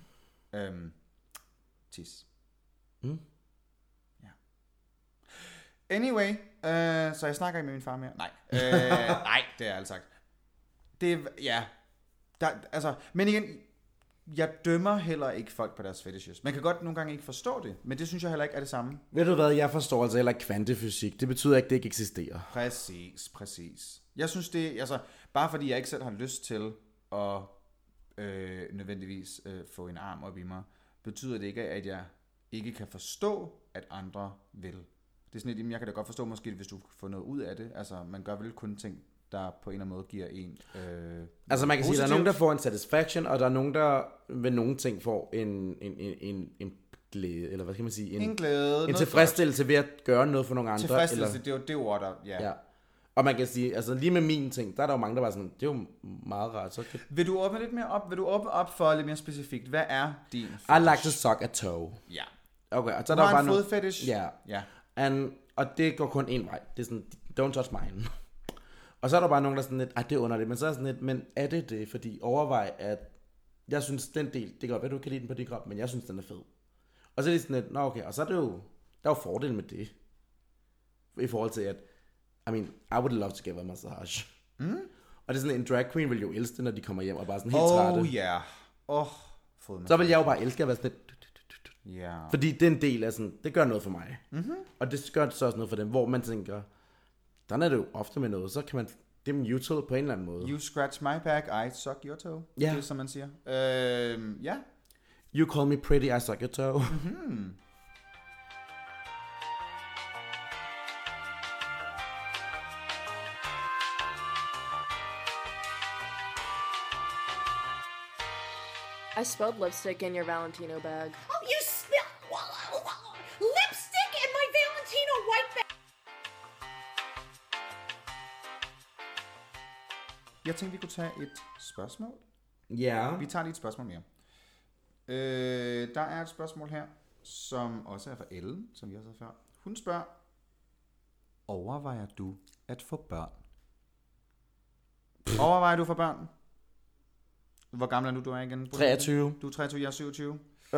B: tis.
A: Mm.
B: Ja. Anyway, så jeg snakker ikke med min far mere. Nej, nej, det er alt sagt. Det, ja, altså, men igen, jeg dømmer heller ikke folk på deres fetishes. Man kan godt nogle gange ikke forstå det, men det synes jeg heller ikke er det samme.
A: Ved du hvad, jeg forstår altså heller ikke kvantefysik. Det betyder ikke, at det ikke eksisterer.
B: Præcis. Jeg synes det, altså, bare fordi jeg ikke selv har lyst til at nødvendigvis få en arm op i mig, betyder det ikke, at jeg ikke kan forstå, at andre vil. Det er sådan lidt, jeg kan da godt forstå måske, hvis du får noget ud af det. Altså, man gør vel kun ting, der på en eller anden måde giver en
A: altså man kan
B: positivt.
A: sige, at der er nogen, der får en satisfaction, og der er nogen, der ved nogle ting får en glæde, eller hvad skal man sige?
B: En glæde.
A: En tilfredsstillelse ved at gøre noget for nogle andre.
B: Tilfredsstillelse, eller? Det er jo ord, der, ja.
A: Og man kan sige, altså lige med mine ting, der er der jo mange, der var sådan, det er jo meget rart. Så
B: Vil du åbne lidt mere op? Vil du åbne op for lidt mere specifikt? Hvad er din fetish?
A: I like to suck a toe.
B: Ja.
A: Okay, og så
B: du
A: er der
B: har
A: bare
B: en fodfetish?
A: Ja. Og det går kun en vej. Det er sådan, don't touch mine. Og så er der bare nogen, der er sådan lidt, det er underligt, men så er sådan lidt, men er det? Fordi overvej, at jeg synes, den del, det kan godt være, du kan lide den på din krop, men jeg synes, den er fed. Og så er det sådan lidt, okay, og så er det jo, der er jo fordel med det. I forhold til, at, I would love to give a massage. Mm. Og det er sådan, en drag queen vil jo elske det, når de kommer hjem og bare sådan helt trætte.
B: Ja.
A: Så vil jeg jo bare elske at være sådan lidt,
B: yeah.
A: Fordi det er en del af sådan, det gør noget for mig. Mm-hmm. Og det gør så også noget for dem, hvor man tænker, der er det jo ofte med noget, så kan man, det er en util på en eller anden måde.
B: You scratch my back, I suck your toe.
A: Ja.
B: Det er som man siger. Ja.
A: You call me pretty, I suck your toe.
B: Mm-hmm.
F: I spilled lipstick in your Valentino bag.
G: Oh, you spilled lipstick in my Valentino white bag.
B: Jeg tænkte, vi kunne tage et spørgsmål.
A: Ja.
B: Vi tager lige et spørgsmål mere. Der er et spørgsmål her, som også er fra Ellen, som vi også havde før. Hun spørger, overvejer du at få børn? Overvejer du at få børn? Hvor gammel er du er igen?
A: 23.
B: Du er 23, jeg er 27.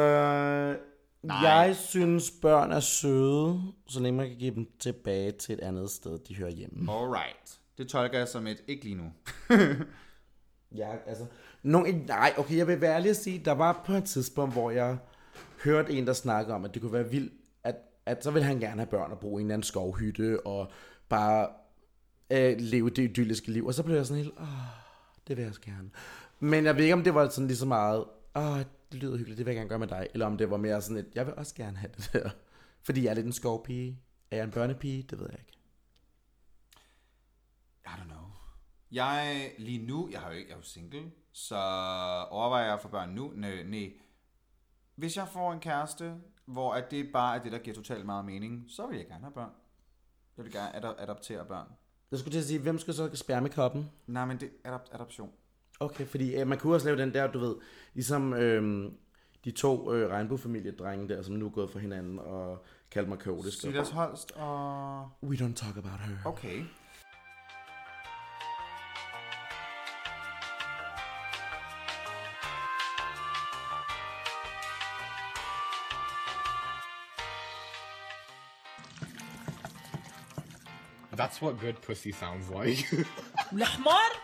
A: Jeg synes, børn er søde, så længe man kan give dem tilbage til et andet sted, de hører hjemme.
B: Alright. Det tolker jeg som et ikke lige nu.
A: Ja, altså... okay, jeg vil være ærlig at sige, der var på et tidspunkt, hvor jeg hørte en, der snakkede om, at det kunne være vildt, at så ville han gerne have børn og bo i en eller anden skovhytte, og bare leve det idylliske liv. Og så blev jeg sådan helt, det vil jeg også gerne. Men jeg ved ikke, om det var sådan lige så meget, det lyder hyggeligt, det vil jeg gerne gøre med dig. Eller om det var mere sådan et, jeg vil også gerne have det der. Fordi jeg er lidt en skovpige. Er jeg en børnepige? Det ved jeg ikke.
B: I don't know. Lige nu, jeg er jo single, så overvejer jeg at få børn nu? Nej. Hvis jeg får en kæreste, hvor at det bare er det, der giver totalt meget mening, så vil jeg gerne have børn. Jeg vil gerne adoptere børn.
A: Jeg skulle til at sige, hvem skal så spærme koppen?
B: Nej, men det er adoption.
A: Okay, fordi man kunne også lave den der, du ved, ligesom de to regnbuefamiliedrenge der, som nu er gået fra hinanden og kaldt mig kaotisk.
B: Silas Holst og...
A: We don't talk about her.
B: Okay.
H: That's what good pussy sounds like.
E: الحمار.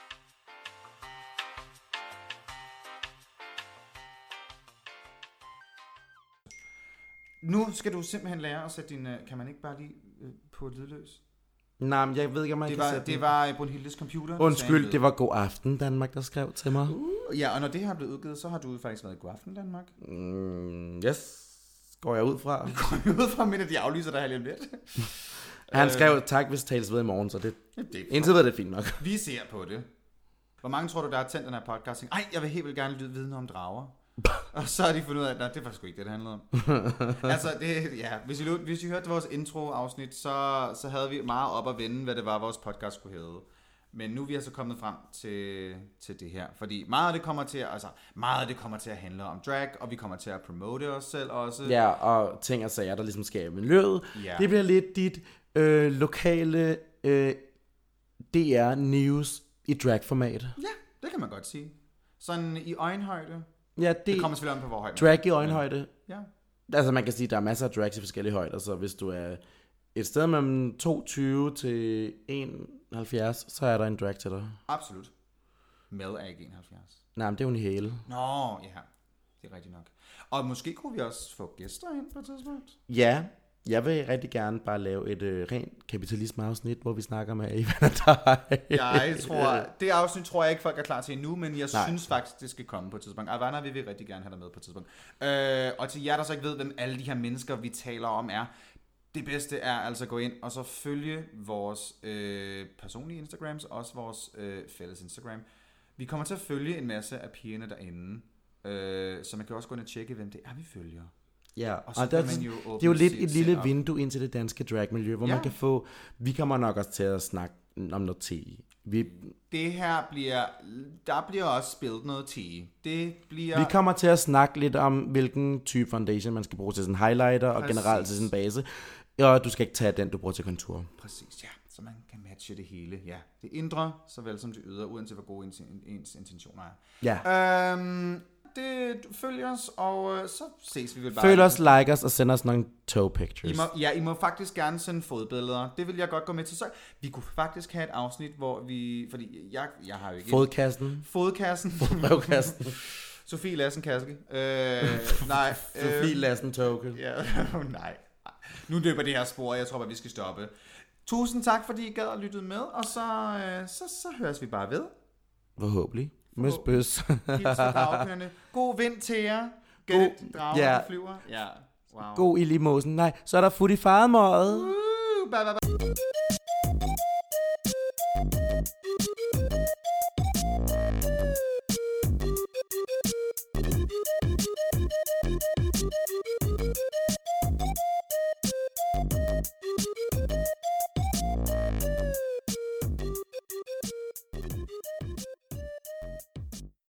B: Nu skal du simpelthen lære at sætte din... Kan man ikke bare lige på lydløs?
A: Nej, men jeg ved ikke, om man kan sætte
B: det var Brunhildes computer.
A: Undskyld, det var God Aften Danmark, der skrev til mig.
B: Ja, og når det her er blevet udgivet, så har du faktisk været i God Aften Danmark.
A: Yes, går jeg ud fra.
B: Går jeg ud fra, men at de aflyser dig her lige om lidt.
A: Han skrev, tak hvis tales ved i morgen, så det indtil ved det er fint nok.
B: Vi ser på det. Hvor mange tror du, der har tændt den her podcast? Ej, jeg vil helt vildt gerne vide noget om drager. Og så har de fundet ud af, at det var sgu ikke det handlede om. Altså, hvis I hørte vores intro-afsnit, så havde vi meget op at vende, hvad det var, vores podcast skulle hedde. Men nu er vi altså kommet frem til det her. Fordi meget af det kommer til at handle om drag, og vi kommer til at promote os selv også.
A: Ja, og ting og sager, der ligesom skaber miljøet.
B: Ja.
A: Det bliver lidt dit lokale DR News i drag-format.
B: Ja, det kan man godt sige. Sådan i øjenhøjde.
A: Ja,
B: det kommer selvfølgelig an på, hvor højt.
A: Drag i øjenhøjde.
B: Ja.
A: Altså man kan sige, der er masser af drags i forskellige højder, så hvis du er et sted mellem 2,20 til 1,70, så er der en drag til dig.
B: Absolut. Mel er ikke 71.
A: Nej, men det er hun i hæle.
B: Nå, ja. Det er rigtigt nok. Og måske kunne vi også få gæster ind på et tidspunkt.
A: Ja, jeg vil rigtig gerne bare lave et rent kapitalisme-afsnit, hvor vi snakker med Ivan og dig.
B: Jeg tror, det afsnit tror jeg ikke, folk er klar til endnu, men jeg synes faktisk, det skal komme på et tidspunkt. Ivana, vi vil rigtig gerne have dig med på et tidspunkt. Og til jer, der så ikke ved, hvem alle de her mennesker, vi taler om er, det bedste er altså at gå ind og så følge vores personlige Instagrams, også vores fælles Instagram. Vi kommer til at følge en masse af pigerne derinde, så man kan også gå ind og tjekke, hvem det er, vi følger.
A: Ja,
B: og
A: det er jo lidt et lille vindue ind til det danske dragmiljø, hvor man kan få, vi kommer nok også til at snakke om noget te.
B: Det her der bliver også spillet noget te.
A: Vi kommer til at snakke lidt om, hvilken type foundation man skal bruge til sådan highlighter, og generelt til sådan base. Og du skal ikke tage den, du bruger til kontur.
B: Præcis, ja. Så man kan matche det hele. Ja, det indre, såvel som det ydre, uanset hvor gode ens intentioner er.
A: Ja.
B: Følg os, og så ses vi vel bare.
A: Følg os, like os, og send os nogle toe pictures.
B: I må faktisk gerne sende fodbilleder. Det vil jeg godt gå med til. Så vi kunne faktisk have et afsnit, hvor vi... Fordi jeg har jo ikke...
A: Fodkassen. Fodbrevkassen.
B: Sofie Lassen-kaske. Nej.
A: Sofie Lassen-toke.
B: Ja, nej. Nu løber det her spor, og jeg tror bare, vi skal stoppe. Tusind tak, fordi I gad at lytte med, og så høres vi bare ved.
A: Forhåbentlig. Møs bøs.
B: God vind til jer. Drager flyver. Ja. Wow.
A: God ild i mosen. Nej, så er der fut i fadermøget.
B: Bye.